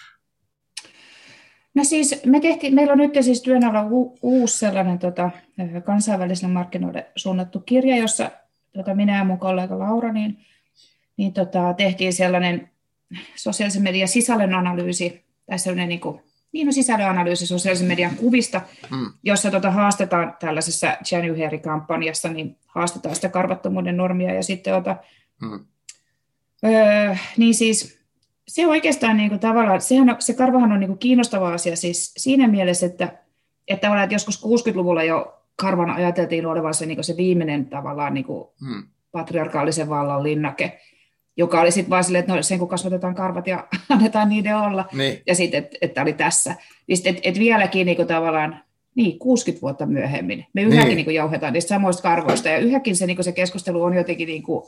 No siis meillä on nyt siis työn alla uusi sellainen kansainväliselle markkinoille suunnattu kirja, jossa minä ja mun kollega Laura niin tehtiin sellainen sosiaalisen median sisällön analyysi, tai sellainen sisällön analyysi sosiaalisen median kuvista, jossa haastetaan tällaisessa January-kampanjassa, niin haastetaan sitä karvattomuuden normia, ja sitten niin siis se oikeastaan niin kuin tavallaan, se karvahan on niin kuin kiinnostava asia siis siinä mielessä, että tavallaan että joskus 60-luvulla jo karvan ajateltiin olevan se, niin kuin se viimeinen tavallaan niin kuin patriarkaalisen vallan linnake, joka oli sitten vaan silleen, että sen kun kasvatetaan karvat ja annetaan niiden olla, niin. Ja sitten, että oli tässä. Niin sitten, että vieläkin niin kuin tavallaan 60 vuotta myöhemmin me yhäkin niin kuin jauhetaan niistä samoista karvoista, ja yhäkin se, niin kuin se keskustelu on jotenkin niin kuin,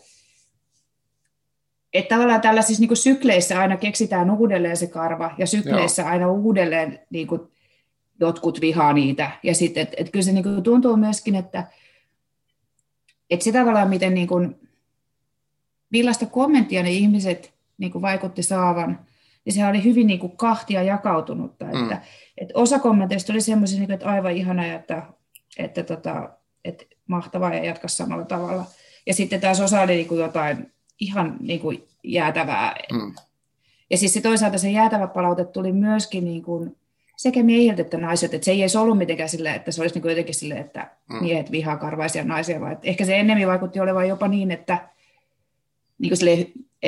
että tavallaan tällaisissa niin kuin sykleissä aina keksitään uudelleen se karva, ja sykleissä aina uudelleen niin kuin jotkut vihaa niitä. Ja sitten, että kyllä se niin kuin tuntuu myöskin, että se tavallaan miten, niin kuin, millaista kommenttia ne ihmiset niin kuin vaikutti saavan, niin se oli hyvin niin kuin kahtia jakautunutta. Että osa kommenteista oli semmoisia, niin kuin, että aivan ihanaa, että mahtavaa ja jatka samalla tavalla. Ja sitten taas osa oli niin kuin jotain ihan niin kuin jäätävää. Ja siis se toisaalta se jäätävä palaute tuli myöskin niin kuin sekä miehiltä että naiset, että se ei edes ollut mitenkään silleen, että se olisi niin kuin jotenkin silleen, että miehet vihaa karvaisia naisia, vaan että ehkä se ennemmin vaikutti olevan jopa niin, että, niin kuin silleen,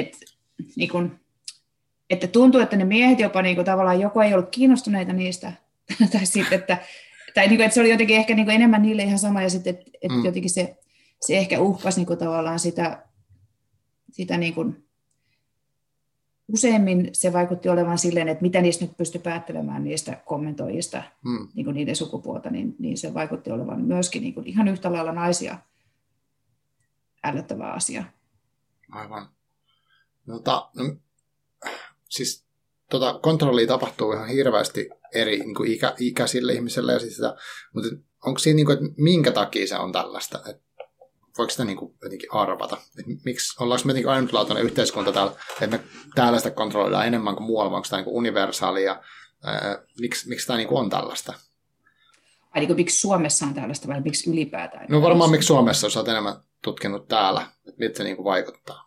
että tuntuu, että ne miehet jopa niin kuin tavallaan joko ei ollut kiinnostuneita niistä, tai sitten, että se oli jotenkin ehkä niin kuin enemmän niille ihan sama, ja sitten, että jotenkin se ehkä uhkasi niin kuin tavallaan sitä niin kuin, useimmin se vaikutti olevan silleen, että mitä niistä nyt pystyi päättelemään niistä kommentoijista, niin kuin niiden sukupuolta, niin se vaikutti olevan myöskin niin kuin ihan yhtä lailla naisia ällöttävä asia.
Aivan. Siis kontrollia tapahtuu ihan hirveästi eri niin kuin ikäisille ihmisille, ja mutta onko siinä, niin kuin, että minkä takia se on tällaista? Voiko sitä niin kuin jotenkin arvata? Miksi ollaanko me jotenkin ainutlaatuinen yhteiskunta täällä, että me täällä sitä kontrolloidaan enemmän kuin muualla, onko tämä niin kuin universaalia? Miksi tämä niin kuin on tällaista?
Ai niin kuin miksi Suomessa on tällaista vai miksi ylipäätään?
No varmaan miksi Suomessa, jos olet enemmän tutkinut täällä, että miltä se niin kuin vaikuttaa?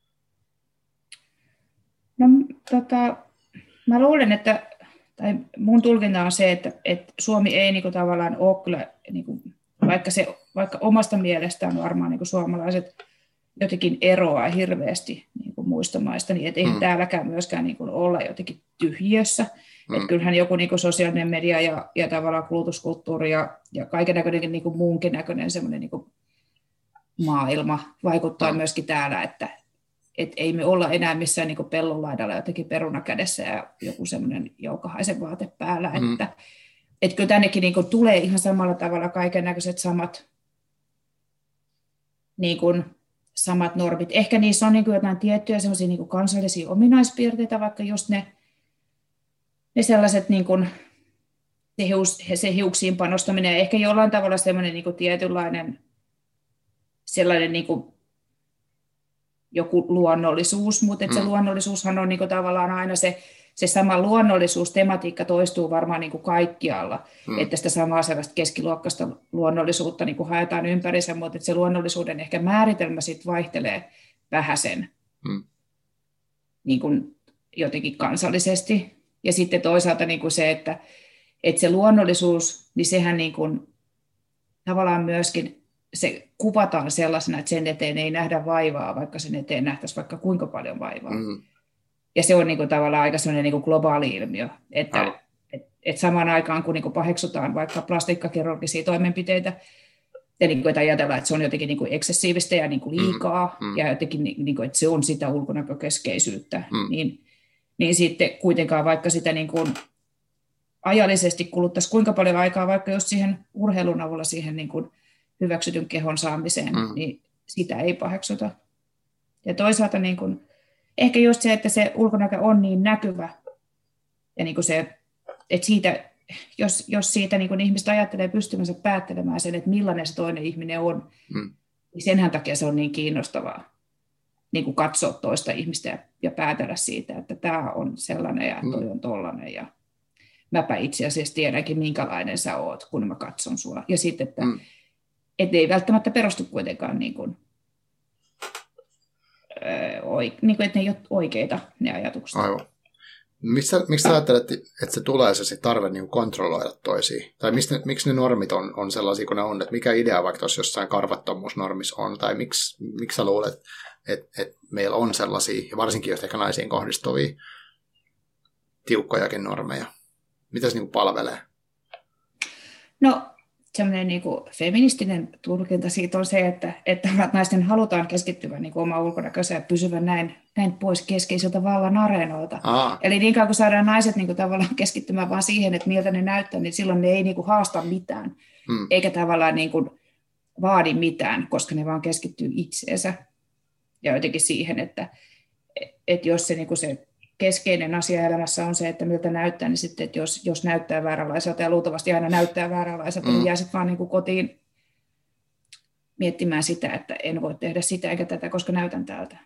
No mä luulen, tai mun tulkinta on se, että Suomi ei niin kuin tavallaan ole kyllä, niin kuin, vaikka omasta mielestään varmaan niin kuin suomalaiset jotenkin eroaa hirveästi niin kuin muista maista, niin et eihän täälläkään myöskään niin kuin olla jotenkin tyhjiössä. Että kyllähän joku niin kuin sosiaalinen media ja tavallaan kulutuskulttuuri ja kaikennäköinen niin kuin muunkin näköinen semmoinen niin kuin maailma vaikuttaa myöskin täällä, että ei me olla enää missään niin kuin pellonlaidalla jotenkin peruna kädessä ja joku semmoinen joukahaisen vaate päällä, Että kyllä tännekin niin kuin tulee ihan samalla tavalla kaiken näköiset niin kuin, samat normit. Ehkä niissä on niin kuin jotain tiettyjä sellaisia niin kuin kansallisia ominaispiirteitä, vaikka just ne sellaiset niin kuin, se hiuksiin panostaminen ja ehkä jollain tavalla semmoinen niin kuin tietynlainen sellainen niin kuin joku luonnollisuus, mutta se luonnollisuushan on niin kuin tavallaan aina se sama luonnollisuustematiikka toistuu varmaan niin kuin kaikkialla, että sitä samaa sellaista keskiluokkaista luonnollisuutta niin kuin haetaan ympärissä, mutta se luonnollisuuden ehkä määritelmä sitten vaihtelee vähäsen niin kuin jotenkin kansallisesti. Ja sitten toisaalta niin kuin se, että se luonnollisuus, niin sehän niin kuin, tavallaan myöskin se kuvataan sellaisena, että sen eteen ei nähdä vaivaa, vaikka sen eteen nähtäisiin vaikka kuinka paljon vaivaa. Ja se on niin kuin, tavallaan aika sellainen niin kuin globaali ilmiö, että samaan aikaan kun niin kuin paheksutaan vaikka plastiikkakirurgisia toimenpiteitä, ja niin kuin, että ajatellaan, että se on jotenkin niin kuin eksessiivistä ja niin kuin liikaa, ja jotenkin, niin kuin, että se on sitä ulkonäkökeskeisyyttä, niin sitten kuitenkaan vaikka sitä niin kuin ajallisesti kuluttaisi kuinka paljon aikaa vaikka just siihen urheilun avulla siihen niin kuin hyväksytyn kehon saamiseen, niin sitä ei paheksuta. Ja toisaalta niin kuin, ehkä just se, että se ulkonäkö on niin näkyvä, ja niin kuin se, että siitä, jos siitä niin kuin ihmiset ajattelee pystyvänsä päättelemään sen, että millainen se toinen ihminen on, niin senhän takia se on niin kiinnostavaa niin kuin katsoa toista ihmistä ja päätellä siitä, että tämä on sellainen ja toi on tollainen ja mäpä itse asiassa tiedänkin, minkälainen sä oot, kun mä katson sua. Ja sitten, että ei välttämättä perustu kuitenkaan niin kuin, että ne ei ole oikeita ne ajatukset.
Aivan. Miksi sä ajattelet, että se tulee se tarve niin kontrolloida toisia? Tai miksi ne normit on sellaisia kuin ne on? Että mikä idea vaikka tuossa jossain karvattomuusnormissa on? Tai miksi sä luulet, että meillä on sellaisia, ja varsinkin jos ehkä naisiin kohdistuvia tiukkojakin normeja? Mitä se niin palvelee?
No, semmoinen niin kuin feministinen tulkinta siitä on se, että naisten halutaan keskittyvän niin omaan ulkonäköiseen ja pysyvän näin pois keskeisiltä vallan areenoilta. Eli niin kauan kun saadaan naiset niin kuin tavallaan keskittymään vaan siihen, että miltä ne näyttää, niin silloin ne ei niin kuin haasta mitään, eikä tavallaan niin kuin vaadi mitään, koska ne vaan keskittyy itseensä. Ja jotenkin siihen, että jos se, niin kuin se keskeinen asia elämässä on se, että miltä näyttää, niin sitten, että jos näyttää vääränlaiselta ja luultavasti aina näyttää vääränlaiselta, niin jää sitten vaan niin kuin kotiin miettimään sitä, että en voi tehdä sitä eikä tätä, koska näytän täältä.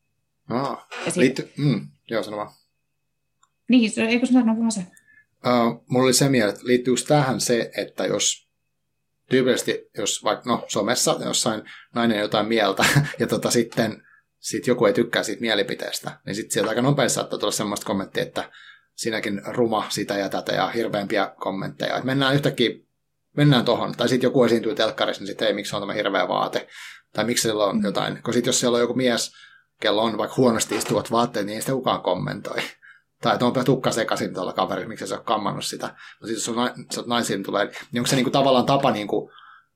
Joo, sano vaan.
Niin, eikö sano vaan se?
Mulla oli se mieltä, että liittyykö tähän se, että jos tyypillisesti, jos vaikka somessa jossain nainen jotain mieltä, ja sitten joku ei tykkää siitä mielipiteestä, niin sitten sieltä aika nopeasti saattaa tulla semmoista kommenttia, että sinäkin ruma sitä ja tätä ja hirveämpiä kommentteja. Että mennään tohon. Tai sitten joku esiintyy telkkarissa, niin sitten ei, miksi on tämä hirveä vaate. Tai miksi siellä on jotain. Kun sitten jos siellä on joku mies, kello on vaikka huonosti istuvat vaatteet, niin ei sitä kukaan kommentoi. Tai että onpa tukka sekaisin tuolla kaverilla, miksi se on kammannut sitä. No sitten jos on naisiin tulee, niin onko se niinku tavallaan tapa niinku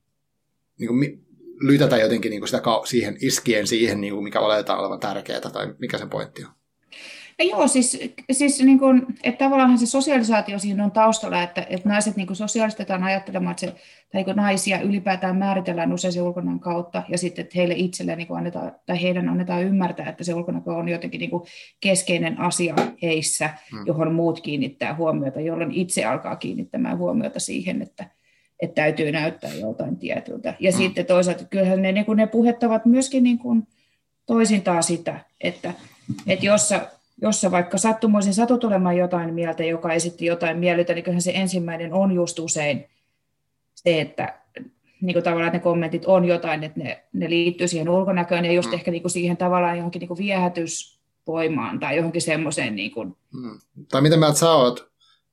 lytätä jotenkin niinku sitä siihen iskien siihen, niinku mikä oletetaan olevan tärkeää, tai mikä sen pointti on?
No joo, siis niin kuin, että tavallaan se sosialisaatio siinä on taustalla, että naiset niin kuin sosiaalistetaan ajattelemaan, että tai niin naisia ylipäätään määritellään usein se ulkonäön kautta, ja sitten että heille itselleen niin annetaan, tai heidän annetaan ymmärtää, että se ulkonäkö on jotenkin niin kuin keskeinen asia heissä, johon muut kiinnittää huomiota, jolloin itse alkaa kiinnittämään huomiota siihen, että täytyy näyttää joltain tietyltä. Ja sitten toisaalta kyllähän ne puhettavat myöskin niin kuin toisintaan sitä, että jos sä vaikka satut olemaan jotain mieltä, joka esitti jotain miellytä, niin kyllähän se ensimmäinen on just usein se, että niin kuin tavallaan ne kommentit on jotain, että ne liittyy siihen ulkonäköön ja just ehkä niin kuin siihen tavallaan johonkin niin kuin viehätysvoimaan tai johonkin semmoiseen. Niin kuin.
Tai mitä mieltä sä oot?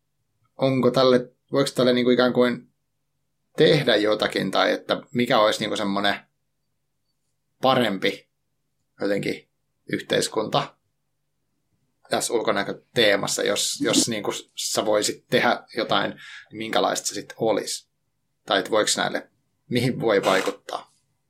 Voiko tälle niin kuin ikään kuin tehdä jotakin tai että mikä olisi niin kuin semmoinen parempi jotenkin yhteiskunta tässä ulkonäköteemassa, jos niin kuin sä voisit tehdä jotain, niin minkälaista se sitten olisi? Tai että voiko näille, mihin voi vaikuttaa?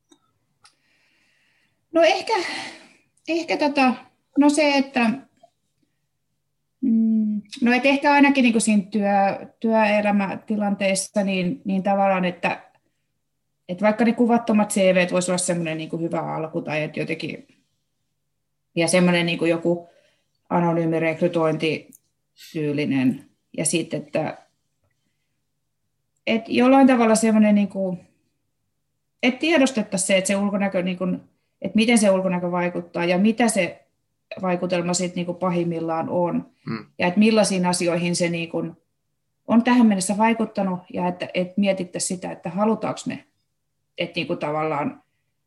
No ehkä no se, että No et ehkä ainakin niin kuin siinä työelämätilanteessa niin tavallaan, että vaikka ne kuvattomat CVt voisi olla semmoinen niin kuin hyvä alku tai että jotenkin, ja semmoinen niin kuin joku anonyymi rekrytointityylinen, ja sitten, että jollain tavalla semmoinen, niin kuin, että tiedostettaisiin se, että se ulkonäkö, niin kuin, että miten se ulkonäkö vaikuttaa ja mitä se vaikutelma sitten niin kuin pahimmillaan on, ja että millaisiin asioihin se niin kuin on tähän mennessä vaikuttanut, ja että mietittäisiin sitä, että halutaanko me, että niin kuin tavallaan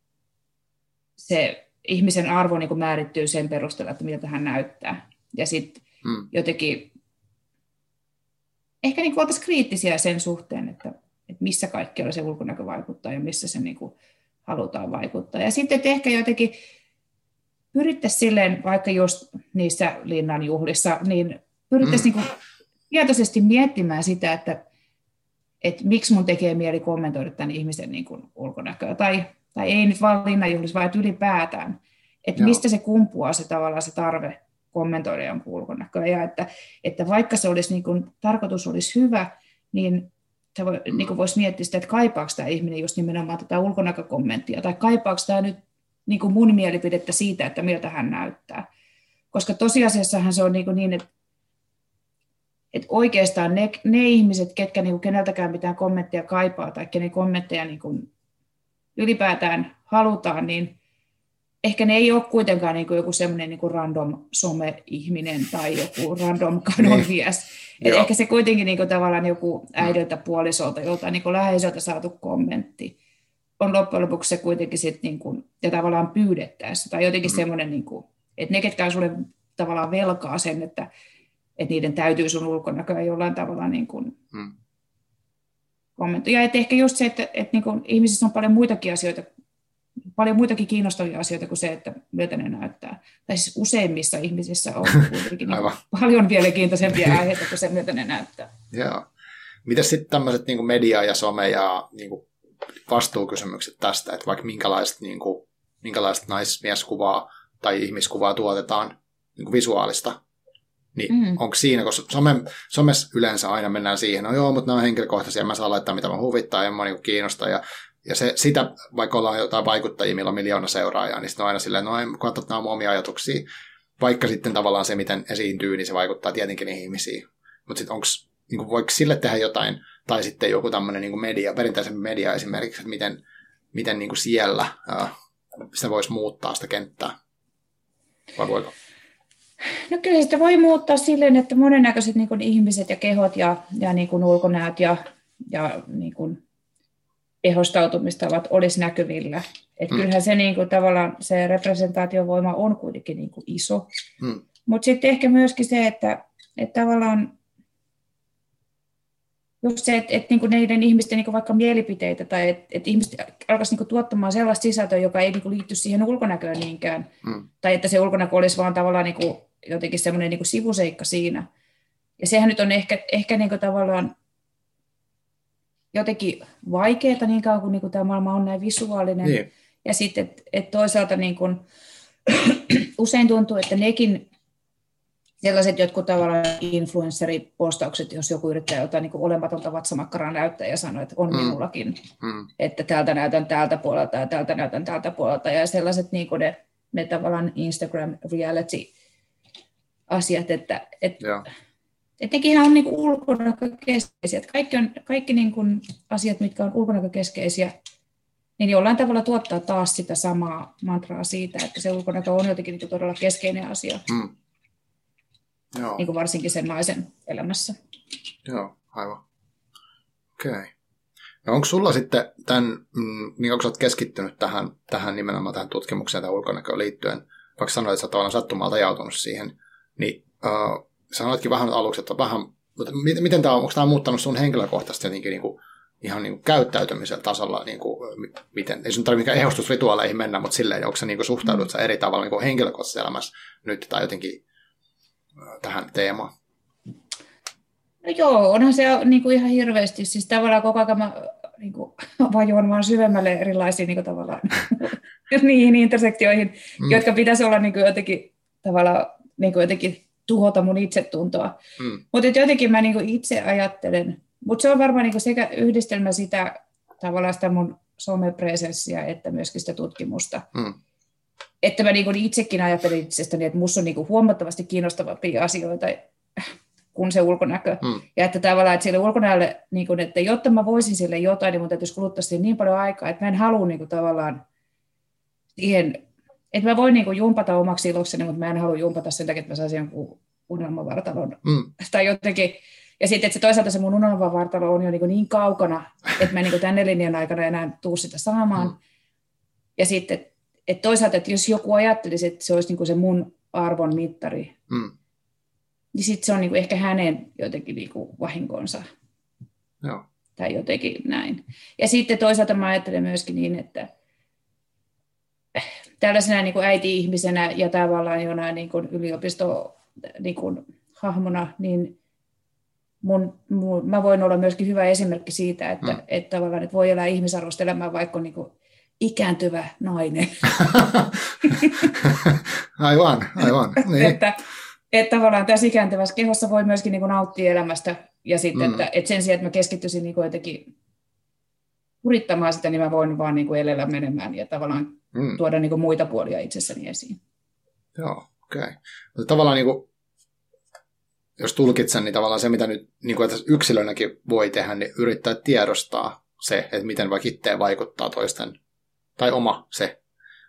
se ihmisen arvo niin kuin määrittyy sen perusteella, että mitä hän näyttää. Ja sitten jotenkin ehkä niin kuin oltaisiin kriittisiä sen suhteen, että missä kaikkialla se ulkonäkö vaikuttaa ja missä se niin kuin halutaan vaikuttaa. Ja sitten että ehkä jotenkin pyrittäisiin silleen, vaikka just niissä linnan juhlissa, niin pyrittäisiin niin kuin tietoisesti miettimään sitä, että miksi mun tekee mieli kommentoida tämän ihmisen niin kuin ulkonäköä. Tai ei nyt vaan linnanjuhlissa, vaan ylipäätään. Että mistä se kumpuaa se tavallaan se tarve kommentoida jonkun ulkonäköä. Ja että vaikka se olisi niin kuin, tarkoitus olisi hyvä, niin se niin kuin voisi miettiä sitä, että kaipaako tämä ihminen just nimenomaan tätä ulkonäkökommenttia, tai kaipaako tämä nyt niin kuin mun mielipidettä siitä, että miltä hän näyttää. Koska tosiasiassahan se on niin, että oikeastaan ne ihmiset, ketkä niin kuin keneltäkään mitään kommenttia kaipaa, tai kenen kommentteja niin kuin ylipäätään halutaan, niin ehkä ne ei ole kuitenkaan niin kuin joku semmoinen niin kuin random some-ihminen tai joku random kadonmies. Ehkä se kuitenkin niin kuin tavallaan joku äidiltä, puolisolta, joltain niin kuin läheisöltä saatu kommentti on loppujen lopuksi se kuitenkin sit niin kuin, ja tavallaan pyydettäessä. Tai jotenkin semmoinen, niin kuin, että ne, ketkä on sulle tavallaan velkaa sen, että niiden täytyy sun ulkonäköä jollain tavalla niin kuin kommentoida. Ja että ehkä just se, että niin kuin ihmisissä on paljon muitakin asioita, paljon muitakin kiinnostavia asioita kuin se, että miltä ne näyttää. Tai siis useimmissa ihmisissä on kuitenkin niin paljon mielenkiintoisempia aiheita kuin se, miltä ne näyttää.
Joo. Mitäs sitten tämmöiset niin media ja some ja niin kuin vastuukysymykset tästä, että vaikka minkälaista naismieskuvaa tai ihmiskuvaa tuotetaan niin kuin visuaalista, niin onko siinä, koska somessa yleensä aina mennään siihen, no joo, mutta nämä on henkilökohtaisia, mä saan laittaa mitä mä huvittaa ja mä niin kiinnostaa, ja sitä, vaikka ollaan jotain vaikuttajia, millä on 1 miljoona seuraajaa, niin sitten on aina silleen, no katsot nämä omia ajatuksia, vaikka sitten tavallaan se, miten esiintyy, niin se vaikuttaa tietenkin niihin ihmisiin. Mutta sitten niin voiko sille tehdä jotain, tai sitten joku tämmöinen niin media, perinteisen media esimerkiksi, että miten niin kuin siellä sitä voisi muuttaa sitä kenttää, vai voiko?
No kyllä sitä voi muuttaa silleen, että monennäköiset niin kuin ihmiset ja kehot ja niin kuin ulkonäöt ja niin kuin ehostautumistavat olisi näkyvillä. Että kyllähän se niin kuin, tavallaan se representaatiovoima on kuitenkin niin kuin iso. Mutta sitten ehkä myöskin se, että tavallaan just se, että niin kuin niiden ihmisten niin kuin vaikka mielipiteitä tai että ihmiset alkaisi niin kuin tuottamaan sellaista sisältöä, joka ei niin kuin liitty siihen ulkonäköön niinkään. Tai että se ulkonäkö olisi vaan tavallaan niin kuin jotenkin semmoinen niin kuin sivuseikka siinä. Ja sehän nyt on ehkä niin kuin tavallaan jotenkin vaikeaa niin kauan kuin niinku tämä maailma on näin visuaalinen. Niin. Ja sitten, että toisaalta niin kuin, usein tuntuu, että nekin sellaiset jotkut tavallaan influenssaripostaukset, jos joku yrittää jotain niin kuin olematonta vatsamakkaraa näyttää ja sanoo, että on minullakin, että täältä näytän tältä puolelta ja täältä näytän tältä puolelta. Ja sellaiset niin kuin ne tavallaan Instagram reality-asiat, että nekin on niin kuin ulkonäkökeskeisiä. Kaikki niin kuin asiat, mitkä on ulkonäkökeskeisiä, niin jollain tavalla tuottaa taas sitä samaa mantraa siitä, että se ulkonäkö on jotenkin niin kuin todella keskeinen asia.
Joo.
Niin kuin varsinkin sen naisen elämässä.
Joo, aivan. Okei. Okay. No onko sulla sitten niin onko sä oot keskittynyt tähän nimenomaan tähän tutkimukseen tai ulkonäköön liittyen, vaikka sanoit, että sä oot tavallaan sattumalta joutunut siihen, niin sanoitkin vähän aluksi, että mutta miten onko tämä muuttanut sun henkilökohtaisesti jotenkin niin kuin, ihan niin kuin käyttäytymisellä tasolla, niin kuin, miten, ei sun tarvitse mikään ehostusrituaaleihin mennä, mutta silleen, onko sä niin kuin suhtaudut sä eri tavalla niin kuin henkilökohtaisessa elämässä nyt tai jotenkin tähän teemaan?
No joo, onhan se niin kuin ihan hirveästi, siis tavallaan koko ajan mä niin kuin, vajoan vaan syvemmälle erilaisiin niin kuin, tavallaan niihin intersektioihin, jotka pitäisi olla niin kuin, jotenkin tavallaan niin kuin, jotenkin tuhota mun itsetuntoa. Mutta jotenkin mä niinku itse ajattelen, mutta se on varmaan niinku sekä yhdistelmä sitä tavallaan sitä mun somepresenssiä, että myöskin sitä tutkimusta. Että mä niinku itsekin ajattelen itsestäni, että musta on niinku huomattavasti kiinnostavampia asioita kuin se ulkonäkö. Ja että tavallaan, että sille ulkonäölle, niinku, että jotta mä voisin sille jotain, niin mun täytyisi kuluttaa siihen niin paljon aikaa, että mä en halua niinku tavallaan siihen, että mä voin niinku jumpata omaksi ilokseni, mutta mä en halua jumpata sen takia, että mä saisin jonkun unelmavartalon. Tai jotenkin. Ja sitten, että se toisaalta se mun unelmavartalo on jo niin kaukana, että mä en tämän elinjän aikana enää tuu sitä saamaan. Ja sitten, että toisaalta, että jos joku ajattelisi, että se olisi se mun arvon mittari, niin sitten se on ehkä hänen jotenkin vahinkonsa.
Joo.
Tai jotenkin näin. Ja sitten toisaalta mä ajattelen myöskin niin, että tällaisena äiti-ihmisenä ja tavallaan jonain yliopistohahmona, niin mä voin olla myöskin hyvä esimerkki siitä, että tavallaan että voi elää ihmisarvoista elämää, vaikka on ikääntyvä nainen.
Aivan. Niin.
että tavallaan tässä ikääntyvässä kehossa voi myöskin nauttia elämästä, ja sitten, että sen sijaan, että mä keskittyisin jotenkin kurittamaan sitä, niin mä voin vaan elellä menemään ja tavallaan tuoda muita puolia itsessäni esiin.
Joo, okei. Okay. Mutta tavallaan jos tulkitsen, niin tavallaan se, mitä nyt että yksilönäkin voi tehdä, niin yrittää tiedostaa se, että miten vaikka itteen vaikuttaa toisten, tai oma se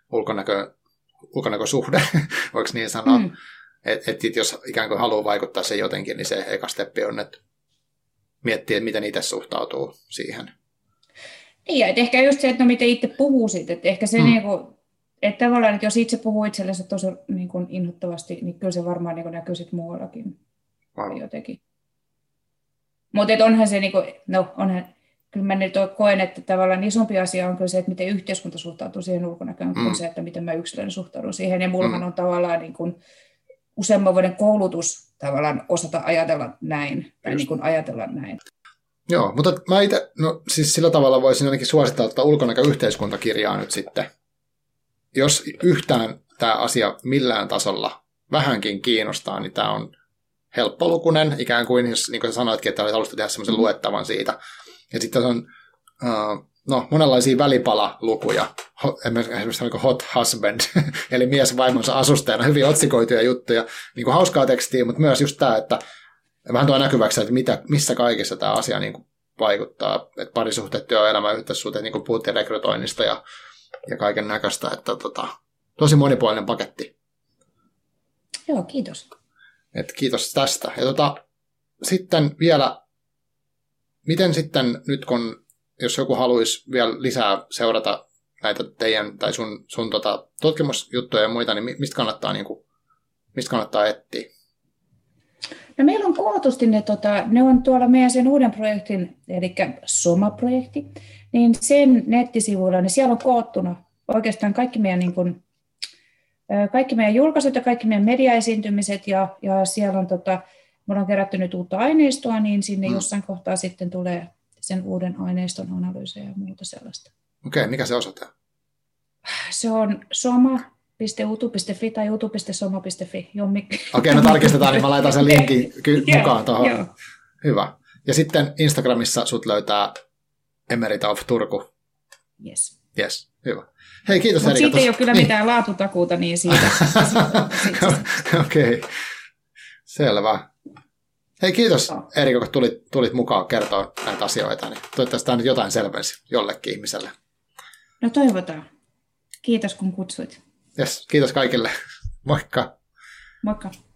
ulkonäkösuhde, voiko niin sanoa. Että jos ikään kuin haluaa vaikuttaa se jotenkin, niin se eka steppi on, että miettiä, että miten itse suhtautuu siihen.
Niin, että ehkä just se, että miten itse puhuu siitä, että ehkä se että tavallaan, että jos itse puhuu itsellensä tosi inhottavasti, niin kyllä se varmaan näkyy sitten muuallakin jotenkin. Mutta onhan se, kyllä mä nyt koen, että tavallaan isompi asia on kyllä se, että miten yhteiskunta suhtautuu siihen ulkonäköön, kuin se, että miten mä yksilönä suhtaudun siihen. Ja mullahan on tavallaan useamman vuoden koulutus tavallaan osata ajatella näin, tai ajatella näin.
Joo, mutta mä itse, siis sillä tavalla voisin jotenkin suosittaa tätä ulkonäköyhteiskuntakirjaa nyt sitten. Jos yhtään tämä asia millään tasolla vähänkin kiinnostaa, niin tämä on helppolukunen, ikään kuin, jos niin kuin sä sanoitkin, että olet halusta tehdä semmoisen luettavan siitä. Ja sitten on monenlaisia välipalalukuja, esimerkiksi hot husband, eli mies vaimonsa asusteena, hyvin otsikoituja juttuja, niin kuin hauskaa tekstiä, mutta myös just tämä, että vähän tuo näkyväksi, että missä kaikessa tämä asia niin kuin vaikuttaa, että parisuhteet, työelämä, yhteissuhteet, niin kuin puhuttiin rekrytoinnista ja kaiken näköistä, että tosi monipuolinen paketti.
Joo, kiitos.
Kiitos tästä. Ja sitten vielä, miten sitten nyt jos joku haluaisi vielä lisää seurata näitä teidän tai sun tutkimusjuttuja ja muita, niin mistä kannattaa etsiä?
No meillä on kootusti ne on tuolla meidän sen uuden projektin, eli Soma-projekti, niin sen nettisivuilla, niin siellä on koottuna oikeastaan kaikki meidän julkaisut ja kaikki meidän mediaesiintymiset, ja siellä on, me ollaan kerätty nyt uutta aineistoa, niin sinne jossain kohtaa sitten tulee sen uuden aineiston analyysejä ja muuta sellaista.
Okei, mikä se osoite?
Se on soma.utu.fi tai utu.soma.fi.
Okei, no tarkistetaan, niin mä laitan sen linkin mukaan tuohon. Joo. Hyvä. Ja sitten Instagramissa sut löytää Emerita of Turku. Yes, hyvä. Hei, kiitos Erika.
Siitä ei ole kyllä mitään laatutakuuta, niin siitä.
Okei, selvä. Hei, kiitos Erika, kun tulit mukaan kertoa näitä asioita. Niin toivottavasti tämä nyt jotain selvensi jollekin ihmiselle.
No toivotaan. Kiitos kun kutsuit.
Yes, kiitos kaikille. Moikka.
Moikka.